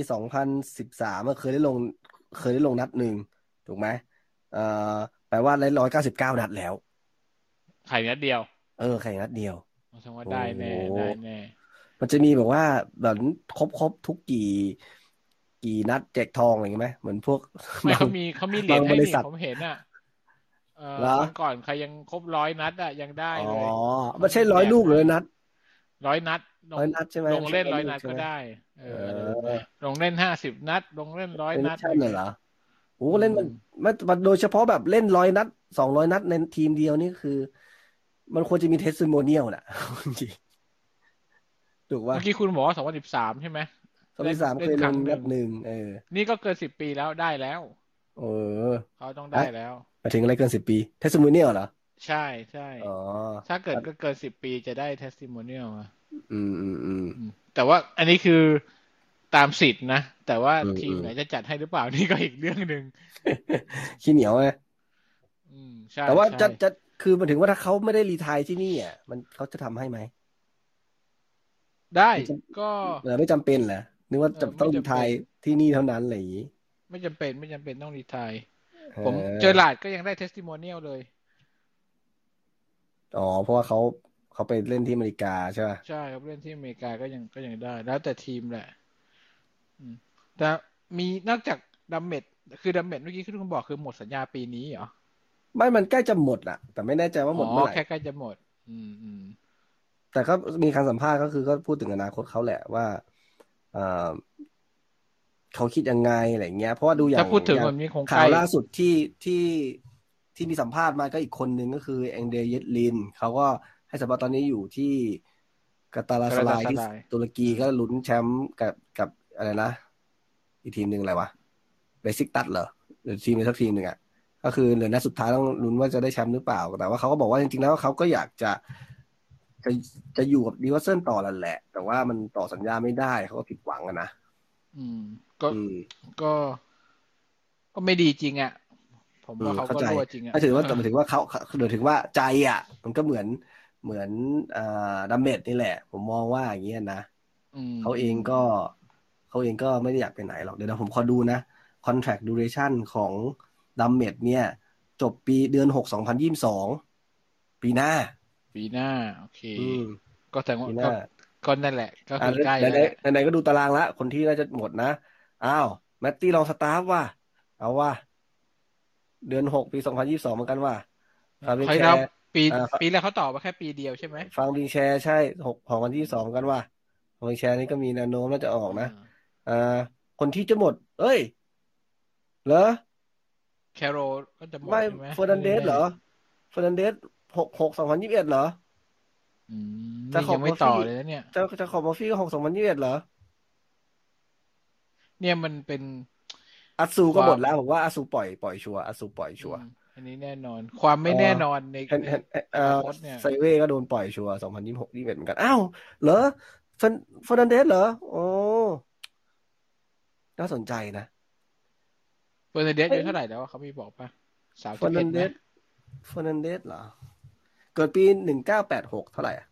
2013เคยได้ลงนัดหนึ่งถูกไหมเอ่อแปลว่าได้199 นัดแล้วไข่นัดเดียวแข่งนัดเดียวแสดงว่าโอ้ได้โหแน่ได้แน่มันจะมีแบบว่าแบบครบทุกกี่นัดแจกทองอะไรอย่างเงี้ยไหมเหมือนพวกไม่บางเขามีเหรีบายญให้นี่งบริษัทผมเห็นอ่ะเหรอวันก่อนใครยังครบ100 นัดอ่ะยังได้อ๋อเลยเขาไม่ใช่มีร้อยลูกเลแจกให้ยนัด 100 นัดลงร้อยนัดใช่ไหมลงไม่ใช่เล่นร้อยนัร้อยลูกใช่ไหมดก็ได้เอออะไรแบบเนี้ยลงเล่น50 นัดลงเล่นร้อยเป็นมินัดอะไรเงี้ยชชั่นน่ะเหรอ โอ้อืมเล่นมันโดยเฉพาะแบบเล่น100 นัด200 นัดในทีมเดียวนี่คือมันควรจะมีเทสติโมเนียลน่ะจริงถูกป่ะเมื่อกี้คุณบอกว่า2013ใช่ไหมสองเล่นพันสามเคเล่นยลงครั้งหนึ่งนัดหนึ่งนี่ก็เกิน10 ปีแล้วได้แล้วเออเขาต้องฮะได้แล้วมาถึงอะไรเกิน10 ปีเทสติโมเนียลเหรอใช่ใช่อ๋อถ้าเกิดก็เกิน10 ปีจะได้ testimonial มาอืมอืมแต่ว่าอันนี้คือตามสิทธินะแต่ว่าทีมอืมไหนจะจัดให้หรือเปล่านี่ก็อีกเรื่องหนึ่งขี้เหนียวไงใช่แต่ว่าใช่จะคือมันถึงว่าถ้าเขาไม่ได้รีไทร์ที่นี่อ่ะเขาจะทำให้ไหมได้ไม่จก็ำไม่จำเป็นเหรอนึกว่าจะต้ไม่จำเป็นองรีไทร์ที่นี่เท่านั้นอะไรอย่างนี้ไม่จำเป็นต้องรีไทร์เผมเจอออหลาร์ดก็ยังได้ testimonial เลยอ๋อเพราะว่าเขาไปเล่นที่อเมริกาใช่ป่ะใช่ครับเล่นที่อเมริกาก็ยังได้แล้วแต่ทีมแหละอืมแต่มีนอกจากดัมเมดคือดัมเมดเมื่อกี้ที่คุณบอกคือหมดสัญญาปีนี้เหรอไม่มันใกล้จะหมดอะแต่ไม่แน่ใจว่าอ๋อหมดเมื่อไหร่แค่ใกล้จะหมดอืมแต่ก็มีการสัมภาษณ์ก็คือก็พูดถึงอนาคตเขาแหละว่าเอ่อเขาคิดยังไงอะไรเงี้ยเพราะว่าดูอย่างถ้าพูดถึอย่างงแบบนี้คงใกข่าวล้ล่าสุดที่ที่มีสัมภาษณ์มาก็อีกคนนึงก็คือแองเดรเยตลินเขาก็ให้สัมภาษณ์ตอนนี้อยู่ที่กาตาลากระดาษสลายที่สลายตุรกีอืมก็ลุ้นแชมป์กับอะไรนะอีกทีมหนึ่งอะไรวะเบซิกตัสเหรอหรือทีมในสักทีมหนึ่งอ่ะก็คือเหลือนัดสุดท้ายต้องลุ้นว่าจะได้แชมป์หรือเปล่าแต่ว่าเขาก็บอกว่าจริงๆแล้วเขาก็อยากจะจะอยู่กับนิวคาสเซิลต่อนั่นแหละแต่ว่ามันต่อสัญญาไม่ได้เขาก็ผิดหวังอะนะอืมก็อืมก็ก็ไม่ดีจริงอ่ะผมว่าเขาเข้าใจก็รั่วจริงอ่ะถ้าถือว่าแต่หมายถึงว่าเขาเดี๋ยวถึงว่าใจอ่ะมันก็เหมือนดัมเมจนี่แหละผมมองว่าอย่างเงี้ยนะอืมเขาเออืมงก็เขาเองก็ไม่ได้อยากไปไหนหรอกเดี๋ยวนะผมขอดูนะ contract duration ของดัมเมจเนี่ยจบปีเดือน62022ปีหน้าปีหน้าโอเคอืมก็แสดงว่าก็ปีหน้าก็นั่นแหละก็อ่าคือใกล้ไหนไหนแล้วแหละไหนๆก็ดูตารางละคนที่น่าจะหมดนะอ้าวแมตตี้ลองสตาร์ฟว่ะเอาว่ะเดือน6ปี2022เหมือนกันว่ะฟาบิคอยแล้วงแชร์ปีอ่าปีแรกเขาต่อมาแค่ปีเดียวใช่ไหมฟังบิงแชร์ใช่6 ของวันที่ 2กันว่ะฟังบิงแชร์นี่ก็มีแนวโน้มน่าจะออกอ่นะาอ่าคนที่จะหมดเอ้ยเหรอแคโรก็จะหมดไม่ใช่ไหมเฟอร์นัไม่แน่นเดสเหรอเฟอร์นันเดส6 2021เหรอๆอืมจานี่ยังไม่ต่อขอบมอร์ฟี่เลยนะเนี่ยจะขอบมอร์ฟี่ก็6 2021เหรอเนี่ยมันเป็นอัตซูความก็หมดแล้วผมว่าอัตซูปล่อยชัวร์อัตซูปล่อยชัวร์อันนี้แน่นอนความเออไม่แน่นอนในในเห็นเห็นอนาคตเนี่ยไซเว่ก็โดนปล่อยชัวร์2026 21เหมือนกันอ้าวเหรอเฟอร์นันเดสเหรอโอ้น่าสนใจนะเฟอร์นันเดสอาเฮ้ยยุเท่าไหร่แล้ววะเขามีบอกป่ะสามเฟอสิบเอ็ดไหมร์นันเดสเฟอร์นันเดสเหรอเกิดปี1986เท่าไหร่อะ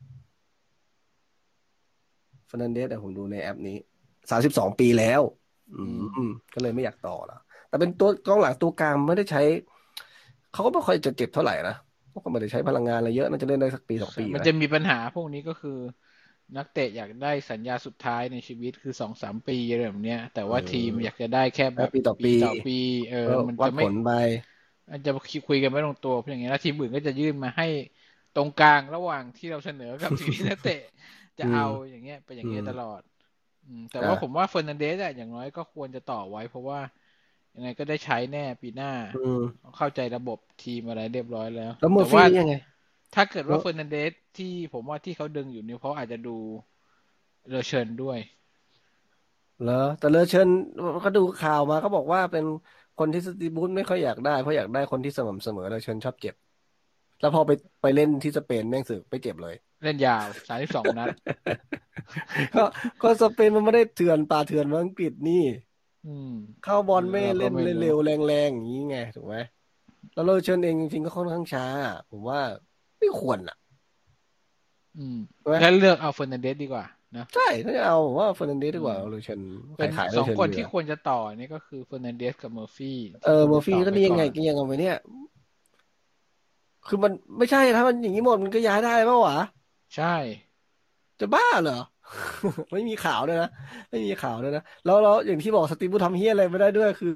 เฟอร์นันเดสเดี๋ยวผมดูในแอปนี้32 ปีแล้วอือืมก็เลยไม่อยากต่อแล้วแต่เป็นตัวกองหลังตัวกลางไม่ได้ใช้เขาก็ไม่ค่อยจะเจ็บเท่าไหร่นะเขาก็ไม่ได้ใช้พลังงานอะไรเยอะน่าจะเล่นได้สักปี2 ปีมันนะจะมีปัญหาพวกนี้ก็คือนักเตะอยากได้สัญญาสุดท้ายในชีวิตคือ2-3 ปีอะไรแบบเนี้ยแต่อืว่าทีมอยากมจะได้แค่แล้แบบปีวปีต่อปีต่อปีก็วัมันจะไม่ดผลไปมันจะคุยกันไม่ลงตัวเพราะอย่างเงี้ยแล้วทีมอื่นก็จะยื่นมาให้ตรงกลางระหว่างที่เราเสนอกับสิ่งที่นักเตะจะอืมเอาอย่างเงี้ยเป็นอย่าอืมงเงี้ยตลอดแต่ว่าผมอ่าว่าเฟอร์นันเดสอะอย่างน้อยก็ควรจะต่อไว้เพราะว่ายังไงก็ได้ใช้แน่ปีหน้าอืมเข้าใจระบบทีมอะไรเรียบร้อยแล้วแล้วเมอร์ฟี่แต่ว่ายังไงถ้าเกิดว่าแล้วเฟอร์นันเดสที่ผมว่าที่เขาดึงอยู่เนี่ยเพราะอาจจะดูเลอเชิญด้วยเหรอแต่เลอเชิญก็ดูข่าวมาเขาบอกว่าเป็นคนที่สตีบูธไม่ค่อยอยากได้เพราะอยากได้คนที่สม่ำเสมอเลอเชิญชอบเจ็บแล้วพอไปเล่นที่สเปนแม่งสึกไม่เจ็บเลยเล่นยาว32 นัดก็ก็สเปนมันไม่ได้เถื่อนป่าเถื่อนเหมือนอังกฤษนี่อืมเข้าบอลไม่เราเล่นก็ไม่รู้เร็วๆแรงๆอย่างนี้ไงถูกไหมแล้วเราเชิญเองจริงๆก็ค่อนข้างช้าผมว่าไม่ควรอ่ะอืมใช่ไหมงั้นเลือกเอาเฟอร์นันเดสดีกว่านะใช่ถ้าจะเอาผมว่าเฟอร์นันเดสดีอืมกว่าเราเชิญเป็นขายเราสองคนเชิญดีกว่าที่ควรจะต่อนี่ก็คือเฟอร์นันเดสกับเมอร์ฟี่เออที่ควรจะต่อเมอร์ฟี่ก็ไปก่อนนี่ยังไงก็ยังเอาไปเนี่ยคือมันไม่ใช่ถ้ามันอย่างนี้หมดมันก็ย้ายได้ป่าววะใช่จะบ้าเหรอไม่มีข่าวด้วยนะไม่มีข่าวด้วยนะแล้วอย่างที่บอกสตีฟบูทำเฮียอะไรไม่ได้ด้วยคือ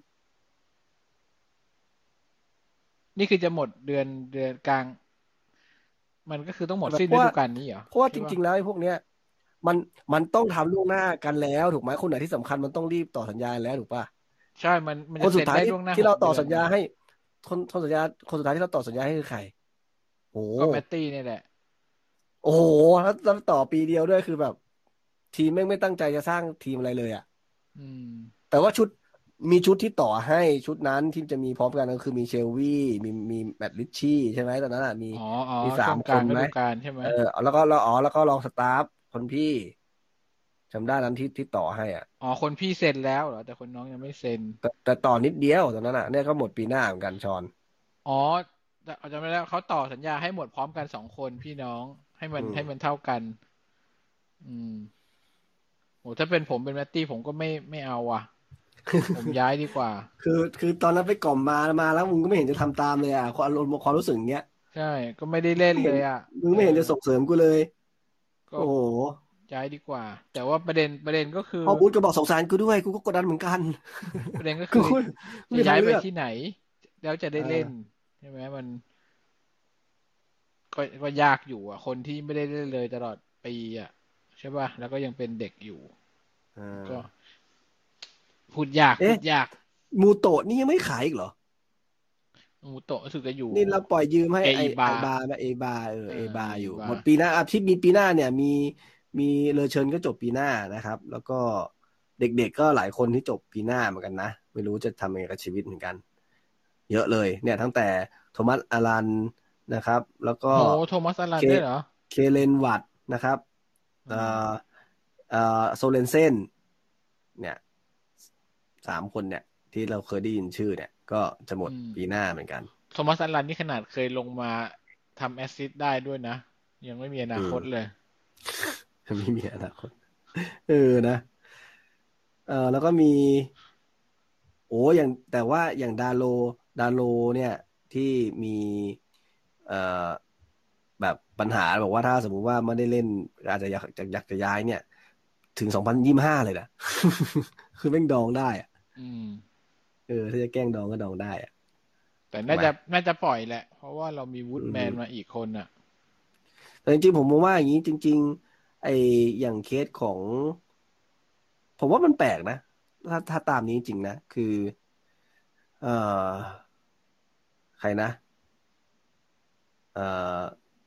นี่คือจะหมดเดือนกลางมันก็คือต้องหมดสิ้นแบบเพราะว่าฤดูกาลนี้เหรอเพราะว่าใช่ป่ะจริงๆแล้วไอ้พวกเนี้ย มันมันต้องทำล่วงหน้ากันแล้วถูกไหมคนไหนที่สำคัญมันต้องรีบต่อสัญญาแล้วถูกป่ะใช่มันคนสุดท้ายที่จะเซ็นได้ล่วงหน้าหที่เราต่อกเดือนไงสัญญาให้คนสัญญาคนสุดท้ายที่เราต่อสัญญาให้คือใครโอ้โหก็แมตตี้นี่แหละโอ้โหแล้วต่อปีเดียวด้วยคือแบบทีมแม่งไม่ตั้งใจจะสร้างทีมอะไรเลยอ่ะอืมแต่ว่ามีชุดที่ต่อให้ชุดนั้นที่จะมีพร้อมกันก็คือมีเชลวี่มีแมตต์ริชชี่ใช่ไหมตอนนั้นอ่ะอ๋ออ๋อมีสาช่วมคนไหมงกลางฤดูกาลใช่ไหมเออแล้วก็ลองสตาฟคนพี่จำได้นั้นที่ต่อให้อ่ะอ๋อคนพี่เซ็นแล้วเหรอแต่คนน้องยังไม่เซ็นแต่ต่อนิดเดียวตอนนั้นอ่ะเนี่ยก็หมดปีหน้าเหมือนกันชอนอ๋อแต่จำไม่ได้แล้วเขาต่อสัญญาให้หมดพร้อมกัน2 คนพี่น้องให้มัอืมนให้มันเท่ากันอืมโหถ้าเป็นผมเป็นแมตตี้ผมก็ไม่เอาว่ะผมย้ายดีกว่าคือตอนนั้นไปกล่อมมาแล้วมึงก็ไม่เห็นจะทำตามเลยอ่ะความอารมณ์ความรู้สึกอย่างเงี้ยใช่ก็ไม่ได้เล่นไม่เห็นเลยอ่ะมึงเออไม่เห็นจะส่งเสริมกูเลยก็โอ้โหย้ายดีกว่าแต่ว่าประเด็นก็คือพอบูธก็บอกสงสารกูด้วยกูก็กดดันเหมือนกันประเด็นก็กูคือไม่จะย้ายมีทางเลือกไปที่ไหนแล้วจะได้เล่นเออใช่ไหมมันก็ยากอยู่อ่ะคนที่ไม่ได้เล่นเลยตลอดปีอ่ะใช่ป่ะแล้วก็ยังเป็นเด็กอยู่เอก็อพูดยากพูเอ๊ะดยากมูโตะนี่ยังไม่ขายอีกเหรอมูโตะรู้สึกจะอยู่นี่เราปล่อยยืมให้เออีบาไอบาร์นะเอบาร์เออเอบาร์อยู่เออีบาหมดปีหน้าอาทิตย์มีปีหน้าเนี่ยมีเลอเชิญก็จบปีหน้านะครับแล้วก็เด็กๆก็หลายคนที่จบปีหน้าเหมือนกันนะไม่รู้จะทำยังไงกับชีวิตเหมือนกันเยอะเลยเนี่ยตั้งแต่โทมัสอารันนะครับแล้วก็โหโทมัสอารัเคนด้วยเหรอเคเลนวัตนะครับอืเอ่อมโซเลนเซนเนี่ย3 คนเนี่ยที่เราเคยได้ยินชื่อเนี่ยก็จะหมดอืมปีหน้าเหมือนกันโทมัสอารันนี่ขนาดเคยลงมาทำแอสซิสต์ได้ด้วยนะยังไม่มีอนาอืมคตเลยไม่มีอนาคตเออนะแล้วก็มีโอ้อย่างแต่ว่าอย่างดาโลเนี่ยที่มีเอ่อแบบปัญหาบอกว่าถ้าสมมุติว่าไม่ได้เล่นอาจจะอยากจะย้ายเนี่ยถึง2025เลยนะคือแม่งดองได้อะอืมเออถ้าจะแกล้งดองก็ดองได้อะแต่ถูกไหมน่าจะปล่อยแหละเพราะว่าเรามีวูอืดแมนมามอีกคนอ่ะแต่จริงๆผมมองว่าอย่างนี้จริงๆไออย่างเคสของผมว่ามันแปลกนะถ้าตามนี้จริงๆนะคือเอ่อใครนะ เอ่อ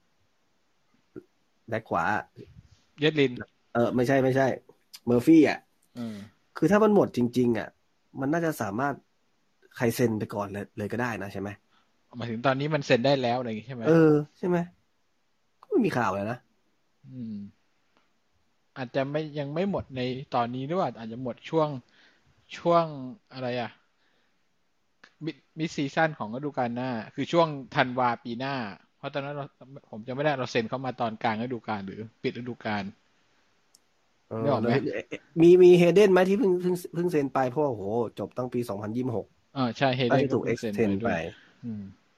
แบ็คขวาเยดลินไม่ใช่เมอร์ฟี่อ่ะเออคือถ้ามันหมดจริงๆอ่ะมันน่าจะสามารถใครเซ็นไปก่อนเลยก็ได้นะใช่ไหมหมายถึงตอนนี้มันเซ็นได้แล้วอะไรอย่างงี้ใช่ไหมเออใช่ไหมก็ไม่มีข่าวเลยนะอืมอาจจะไม่ยังไม่หมดในตอนนี้หรือว่าอาจจะหมดช่วงอะไรอ่ะ มิดซีซั่นของฤดูกาลหน้าคือช่วงธันวาปีหน้าเพราะตอนนั้นผมจะไม่ได้เราเซ็นเข้ามาตอนกลางฤดูกาลหรือปิดฤดูกาลเออนึกออกไหมแล้วมีเฮเดนไหมที่เพิ่งเซ็นไปเพราะว่าโอ้โหจบตั้งปี2026 ใช่เฮเดนก็น่าจะถูกเอ็กเพิ่งเซ็นซ์เทนไปไปด้วยอืม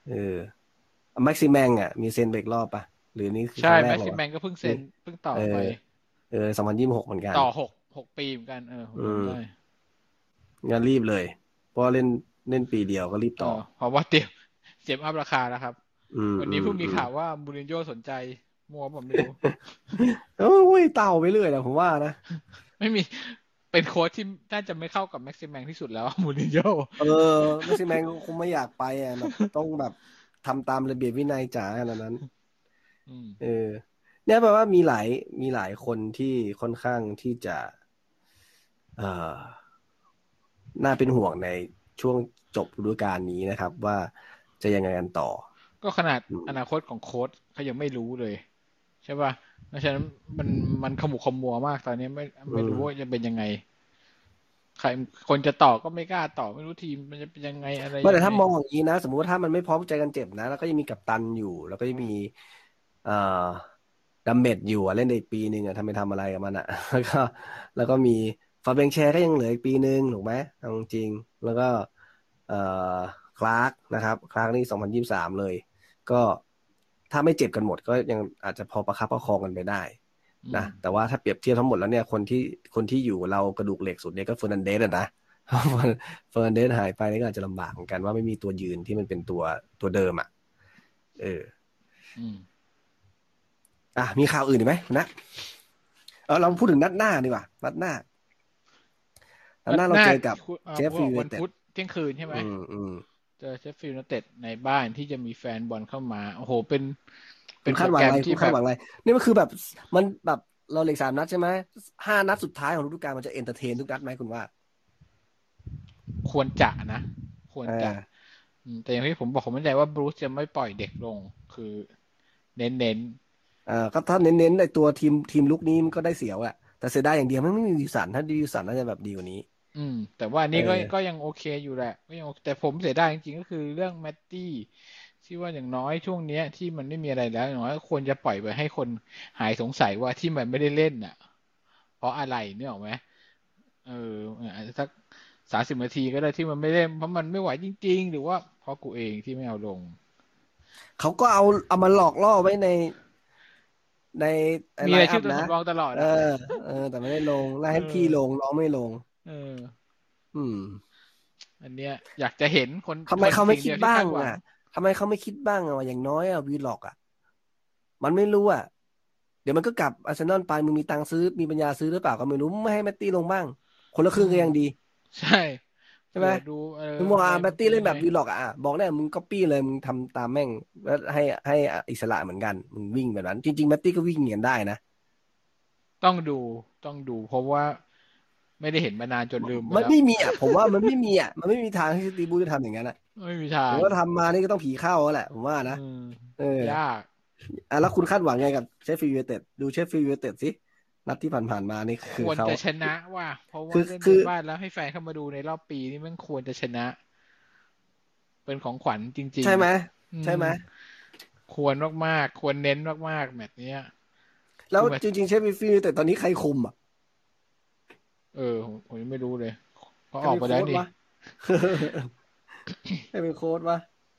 เออแม็กซิแมงอ่ะมีเซ็นไปอีกรอบปะหรือนี่คือใช่ครั้งแรกแม็กซิเลยวะแมนก็เพิ่งเซ็นี่นเพิ่งต่อเออไป 2026เหมือนกันต่อหกปีเหมือนกันผมอืมจำได้งั้นรีบเลยเพราะว่าเล่นปีเดียวก็รีบต่อเพราะว่าเตรียมอัพราคาแล้วครับอืมวันนี้เพิ่งมีอืมอืมข่าวว่ามูรินโญ่สนใจมัวผมไม่รู้โอ้ยเต่าไปเรื่อยแหละผมว่านะไม่มีเป็นโค้ชที่น่าจะไม่เข้ากับแม็กซิแมงที่สุดแล้วมูรินโญ่เออแม็กซิแมงก็คงไม่อยากไปอ่ะแบบต้องแบบทำตามระเบียบวินัยจ๋าขนาดนั้นอืมเออเนี่ยแปลว่ามีหลายคนที่ค่อนข้างที่จะเอ่อน่าเป็นห่วงในช่วงจบฤดูกาลนี้นะครับว่าจะยังไงกันต่อก็ขนาดอืมอนาคตของโค้ชเขายังไม่รู้เลยใช่ป่ะเพราะฉะนั้นมันมันขมุกขมัวมากตอนนี้ไม่อืมรู้ว่าจะเป็นยังไงใครคนจะต่อก็ไม่กล้าต่อไม่รู้ทีมมันจะเป็นยังไงอะไรยังไงไม่แต่ถ้ามองอย่างนี้นะสมมุติว่าถ้ามันไม่พร้อมใจกันเจ็บนะแล้วก็ยังมีกัปตันอยู่แล้วก็ยังมีเอ่อดัมเมดอยู่อะเล่นได้อีกปีหนึ่งอะทำอะไรกับมันอะแล้วก็มีฟาเบงแชร์ก็ยังเหลืออีกปีหนึ่งถูกไหมเอาจริงๆแล้วก็เอ่อคลาร์กนะครับคลาร์กนี่2023เลยก็ถ้าไม่เจ็บกันหมดก็ยังอาจจะพอประคับประคองกันไปได้นะอืมแต่ว่าถ้าเปรียบเทียบทั้งหมดแล้วเนี่ยคนที่อยู่เรากระดูกเหล็กสุดเนี่ยก็เฟอร์นันเดสอะนะ เฟอร์นันเดสหายไปนี่ก็อาจจะลำบากเหมือนกันว่าไม่มีตัวยืนที่มันเป็นตัวเดิมอ่ะเอออืมมีข่าวอื่นอีกไหมนะเราพูดถึงนัดหน้าดีกว่านัดหน้าเรานัดหน้าเจอกับเชฟฟิลด์ยูไนเต็ดวันพุธเที่ยงคืนใช่ไหมอืมอืมเจอเชฟฟิลด์ยูไนเต็ดในบ้านที่จะมีแฟนบอลเข้ามาโอ้โหเป็นโปรแกรคุณคาดหวังอะไรมที่แบบคุณคาดหวังอะไรนี่มันคือแบบมันแบบเราเหลือ3 นัดใช่ไหม5 นัดสุดท้ายของฤดูกาลมันจะเอนเตอร์เทนทุกนัดไหมคุณว่าควรจะนะควรอ่จะาแต่อย่างที่ผมบอกผมมั่นใจว่าบรูซจะไม่ปล่อยเด็กลงคือเน้นก็ถ้าเน้นในตัวทีมลุกนี้มันก็ได้เสียวอะแต่เสียดายอย่างเดียวมันไม่มีดิวสันถ้าดิวสันน่าจะแบบดีกว่านี้แต่ว่าอันเอนี้ก็อยังโอเคอยู่แหละก็ยังโอเคแต่ผมเสียดายจริงๆก็คือเรื่องแมตตี้ที่ว่าอย่างน้อยช่วงเนี้ยที่มันไม่มีอะไรแล้วอย่างน้อยก็ควรจะปล่อยไปให้คนหายสงสัยว่าที่มันไม่ได้เล่นอ่ะเพราะอะไรเนี่ยหรอกไหมเอออาจจะสัก30 นาทีก็ได้ที่มันไม่เล่นเพราะมันไม่ไหวจริงๆหรือว่าเพราะกูเองที่ไม่เอาลงเขาก็เอามาหลอกล่อไว้ในมีไลรายชื่อตัวน์อัพนะสำรองตลอดเอออ่ะแต่ไม่ได้ลงน่าเอให้พี่ลงอน้องไม่ลงเอออืมอันเนี้ยอยากจะเห็นคนทำไมเขาไม่สิ่งเดียวที่คิดบ้างคาดหวังอ่ะทำไมเขาไม่คิดบ้างอ่ะว่าอย่างน้อยอ่ะวีล็อกอ่ะมันไม่รู้อ่ะเดี๋ยวมันก็กลับอาร์เซนอลไปมึงมีตังค์ซื้อมีปัญญาซื้อหรือเปล่าก็ไม่รู้ไม่ให้แมตตี้ลงบ้างคนละคอืมรึ่งก็ยังดีใช่ใช่ไหมเผื่อดูมึงบอกอะไรแมตตี้เล่นแบมันเป็นยังไงบวีล็อกบอกเนี่ยมึงก๊อปปี้เลยมึงทำตามแม่งแล้วให้อิสระเหมือนกันมึงวิ่งแบบนั้นจริงๆแมตตี้ก็วิ่งเหมือนกันได้นะต้องดูต้องดูเพราะว่าไม่ได้เห็นมานานจนลืมไปแล้วมันไม่มีผมว่ามันไม่มีมันไม่มีทางที่สตีบูธจะทำอย่างนั้นไม่มีทางผมว่าทำมานี่ก็ต้องผีเข้าแล้วแหละผมว่าอืนะมเออยากแล้วคุณคาดหวังไงกับเชฟฟิลด์ยูไนเต็ดดูเชฟฟิลด์ยูไนเต็ดสินัดที่ผ่านๆมานี่คือเขาควรจะชนะว่าเพราะว่าคือเล่นในคือบ้านแล้วให้แฟนเข้ามาดูในรอบปีนี่มันควรจะชนะเป็นของขวัญจริงใช่ไหมๆใช่ไหมควรมากๆควรเน้นมากๆแมตช์เนี้ยแล้วคือแมตช์จริงๆเชฟฟิลด์ยูไนเต็ดตอนนี้ใครคุมผมยังไม่รู้เลยเขาใครออกไปแล้วนี่เป็นโค้ชวะใครเป็นโค้ชวะ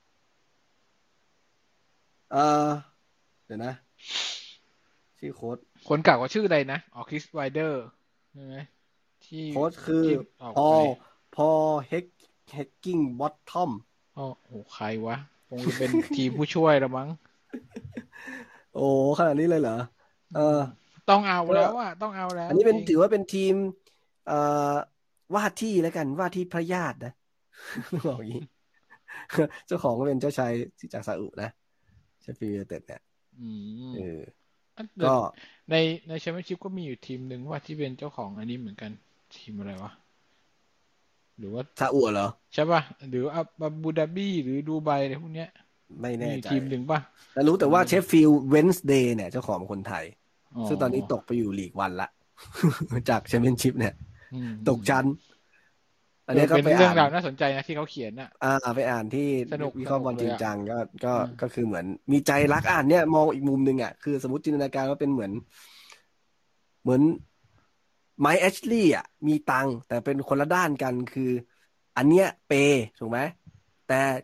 เออเดี๋ยวนะชื่อโค้ชคนเก่าก็ชื่ออะไรนะคริสไวเดอร์ใช่ไหมที่โค้ชคือที่ออกไปพอลพอเฮกกิ้งบอททอมอ๋อโหใครวะคงจะเป็นทีมผู้ช่วยละมั้งโอ้ขนาดนี้เลยเหรอเอออืมต้องเอาก็แล้วอะต้องเอาแล้อันนี้เป็นวจริงถือว่าเป็นทีมเอ่อว่าที่แล้วกันว่าที่พระญาตินะบอกอย่างนี้เจ้าของก็เป็นเจ้าชายที่จากซาอุนะเชฟฟิลด์ยูไนเต็ดเนี่ยอืมเออแต่ก็ในแชมเปี้ยนชิพก็มีอยู่ทีมหนึ่งว่าที่เป็นเจ้าของอันนี้เหมือนกันทีมอะไรวะหรือว่าซาอุเหรอใช่ป่ะหรืออาบูดาบีหรือดูไบอะไรพวกเนี้ยไม่แน่ใจมีอยู่ทีมหนึ่งป่ะแต่รู้ผมไม่รู้แต่ว่าเชฟฟิลด์เวนส์เดย์เนี่ยเจ้าของเป็นคนไทยอ๋อซึ่งตอนนี้ตกไปอยู่ลีกวันละจากแชมเปี้ยนชิพเนี่ยตกชั้นอันนี้ก็เป็นไปอ่านเรื่องราวน่าสนใจนะที่เขาเขียนอะอ่าไปอ่านที่สนุกวิเคราะห์บอลเลยอะจริงจังก็อ่าก็คือเหมือนมีใจรักเนี่ยมองอีกมุมหนึ่งคือสมมติจินตนาการว่าเป็นเหมือนไมค์แอชลีย์มีตังค์แต่เป็นคนละด้านกันคืออันเนี้ยเปย์ถูกไหมแต่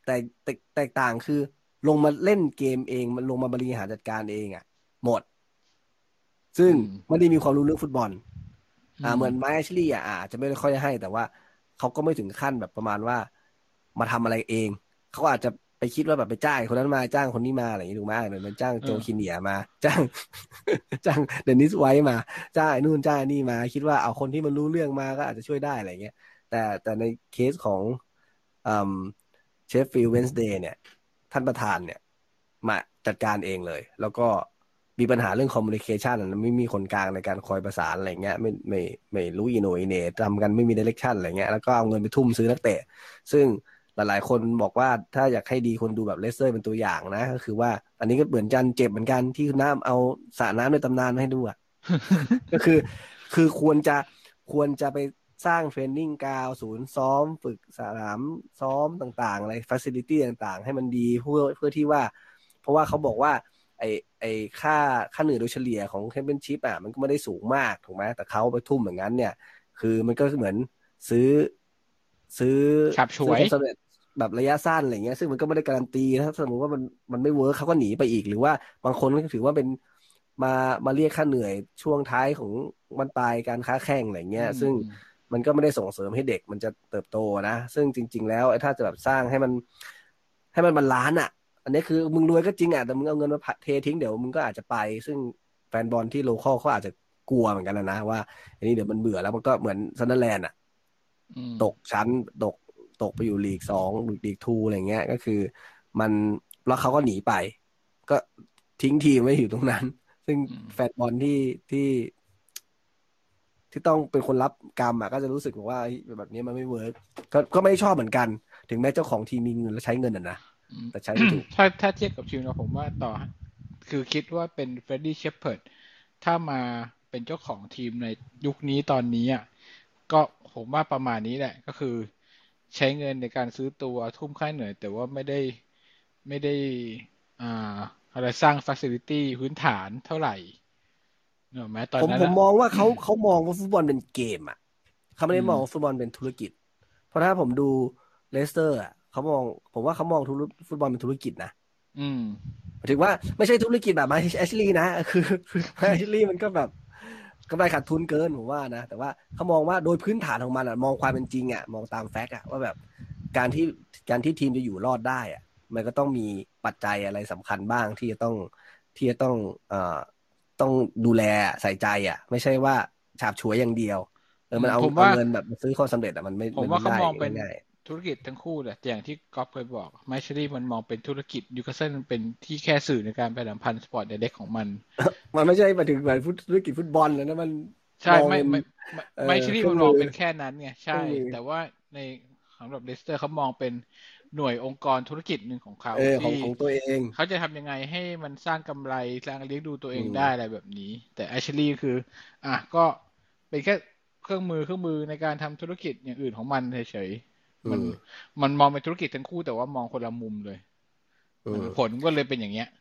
แตกต่างคือลงมาเล่นเกมเองมันลงมาบริหารจัดการเองอ่ะหมดซึ่งอืมไม่ได้มีความรู้เรื่องฟุตบอลอืมเหมือนไมค์แอชลีย์อาจจะไม่ได้ค่อยให้แต่ว่าเขาก็ไม่ถึงขั้นแบบประมาณว่ามาทำอะไรเองเขาอาจจะไปคิดว่าแบบไปจ้างคนนั้นมาจ้างคนนี้มาอะไรอย่างนี้ถูกไหมเหมือนมันจ้างโจเออคิเนียมาจ้างจ้างเดนิสไวท์มาจ้างไอ้นู่นจ้างไอ้นี่มาคิดว่าเอาคนที่มันรู้เรื่องมาก็อาจจะช่วยได้อะไรเงี้ยแต่ในเคสของอืมเชฟฟิลด์เวนส์เดย์เนี่ยท่านประธานเนี่ยมาจัดการเองเลยแล้วก็มีปัญหาเรื่องคอมมูนิเคชันไม่มีคนกลางในการคอยประสานอะไรเงี้ยไม่รู้อีโหนอีเหน่ทำกันไม่มีดิเรกชันอะไรเงี้ยแล้วก็เอาเงินไปทุ่มซื้อนักเตะซึ่งหลายๆคนบอกว่าถ้าอยากให้ดีคนดูแบบเลสเตอร์เป็นตัวอย่างนะก็คือว่าอันนี้ก็เหมือนกันเจ็บเหมือนกันที่น้ำเอาสระน้ำในตำนานมาให้ดูอ่ะ ก็คือควรจะไปสร้างเทรนนิ่งกราวศูนย์ซ้อมฝึกสนามซ้อมต่างๆอะไรฟัซิลิตี้ต่างๆให้มันดีเพื่อที่ว่าเพราะว่าเขาบอกว่าไอไอค่าเหนื่อยโดยเฉลี่ยของแชมเปี้ยนชิพมันก็ไม่ได้สูงมากถูกไหมแต่เขาไปทุ่มอย่างนั้นเนี่ยคือมันก็เหมือนซื้อซื้อฉับฉวยซื้อความสำเร็จแบบระยะสั้นอะไรเงี้ยซึ่งมันก็ไม่ได้การันตีถ้าสมมติว่ามันไม่เวิร์คเขาก็หนีไปอีกหรือว่าบางคนก็ถือว่าเป็น มามาเรียกค่าเหนื่อยช่วงท้ายของมันปลายการค้าแข่งอะไรเงี้อืยซึ่งมอืมมันก็ไม่ได้ส่งเสริมให้เด็กมันจะเติบโตนะซึ่งจริงๆแล้วไอ้ถ้าจะแบบสร้างให้มันบาลานซ์อันนี้คือมึงรวยก็จริงแต่มึงเอาเงินมาเททิ้งเดี๋ยวมึงก็อาจจะไปซึ่งแฟนบอลที่โลคอลเขาอาจจะกลัวเหมือนกันนะว่าอันนี้เดี๋ยวมันเบื่อแล้วมันก็เหมือนซันเดอร์แลนด์อืมตกชั้นตกตกไปอยู่ลีก 2ลีก 2อะไรเงี้ยก็คือมันแล้วเขาก็หนีไปก็ทิ้งทีมไว้อยู่ตรงนั้น ซึ่งอืมแฟนบอลที่ต้องเป็นคนรับกรรมก็จะรู้สึกว่าแบบนี้มันไม่เวิร์กก็ไม่ชอบเหมือนกันถึงแม้เจ้าของทีมมีเงินและใช้เงินนะอืมแต่ใช้ไม่ถูกถ้าเทียบกับทีมเราผมว่าต่อคือคิดว่าเป็นเฟรดดี้เชพเพิร์ดถ้ามาเป็นเจ้าของทีมในยุคนี้ตอนนี้ก็ผมว่าประมาณนี้แหละก็คือใช้เงินในการซื้อตัวทุ่มค่าเหนื่อยแต่ว่าไม่ได้อ่าอะไรสร้างฟ a ซิลิตี้พื้นฐานเท่าไหร่เนอะแม้ตผมอนนั้นผมมองว่าเขามองว่าฟุตบอลเป็นเกมเขาไม่อืมได้มองว่าฟุตบอลเป็นธุรกิจเพราะถ้าผมดูเลสเตอร์เขามองผมว่าเขามองฟุตบอลเป็นธุรกิจนะอืมหมายถึงว่าไม่ใช่ธุรกิจแบบมาแอชลีย์นะคือมาแอชลีย์มันก็แบบกำไรขาดทุนเกินผมว่านะแต่ว่าเขามองว่าโดยพื้นฐานของมันมองความเป็นจริงมองตามแฟกต์ว่าแบบการที่การที่ทีมจะอยู่รอดได้มันก็ต้องมีปัจจัยอะไรสำคัญบ้างที่จะต้องต้องดูแลใส่ใจไม่ใช่ว่าฉาบฉวยอย่างเดียวมันเอาผมว่าเอาเงินแบบมาซื้อความสำเร็จผมว่ามันไม่ได้เขามองเป็นง่ายธุรกิจทั้งคู่แหละแต่อย่างที่ก๊อฟเคยบอกไมชลี่มันมองเป็นธุรกิจยูคาเซิลมันเป็นที่แค่สื่อในการประชาสัมพันธ์สปอร์ตเด็กของมันๆมันไม่ใช่มาถึงแบบธุรกิจฟุตบอลเลยนะมันใช่มองเป็นไม่ชลี่มันเครื่องมือมองเป็นแค่นั้นไงใช่เครื่องมือแต่ว่าในสำหรับเลสเตอร์เขามองเป็นหน่วยองค์กรธุรกิจหนึ่งของเขาของที่ของตัวเองเขาจะทำยังไงให้มันสร้างกำไรสร้างเลี้ยงดูตัวเองได้อะไรอืมแบบนี้แต่แอชลี่คือก็เป็นแค่เครื่องมือในการทำธุรกิจอย่างอื่นของมันเฉยๆมันอืมมันมองเป็นธุรกิจทั้งคู่แต่ว่ามองคนละมุมเลยมันผอืมลก็เลยเป็นอย่างเงี้ย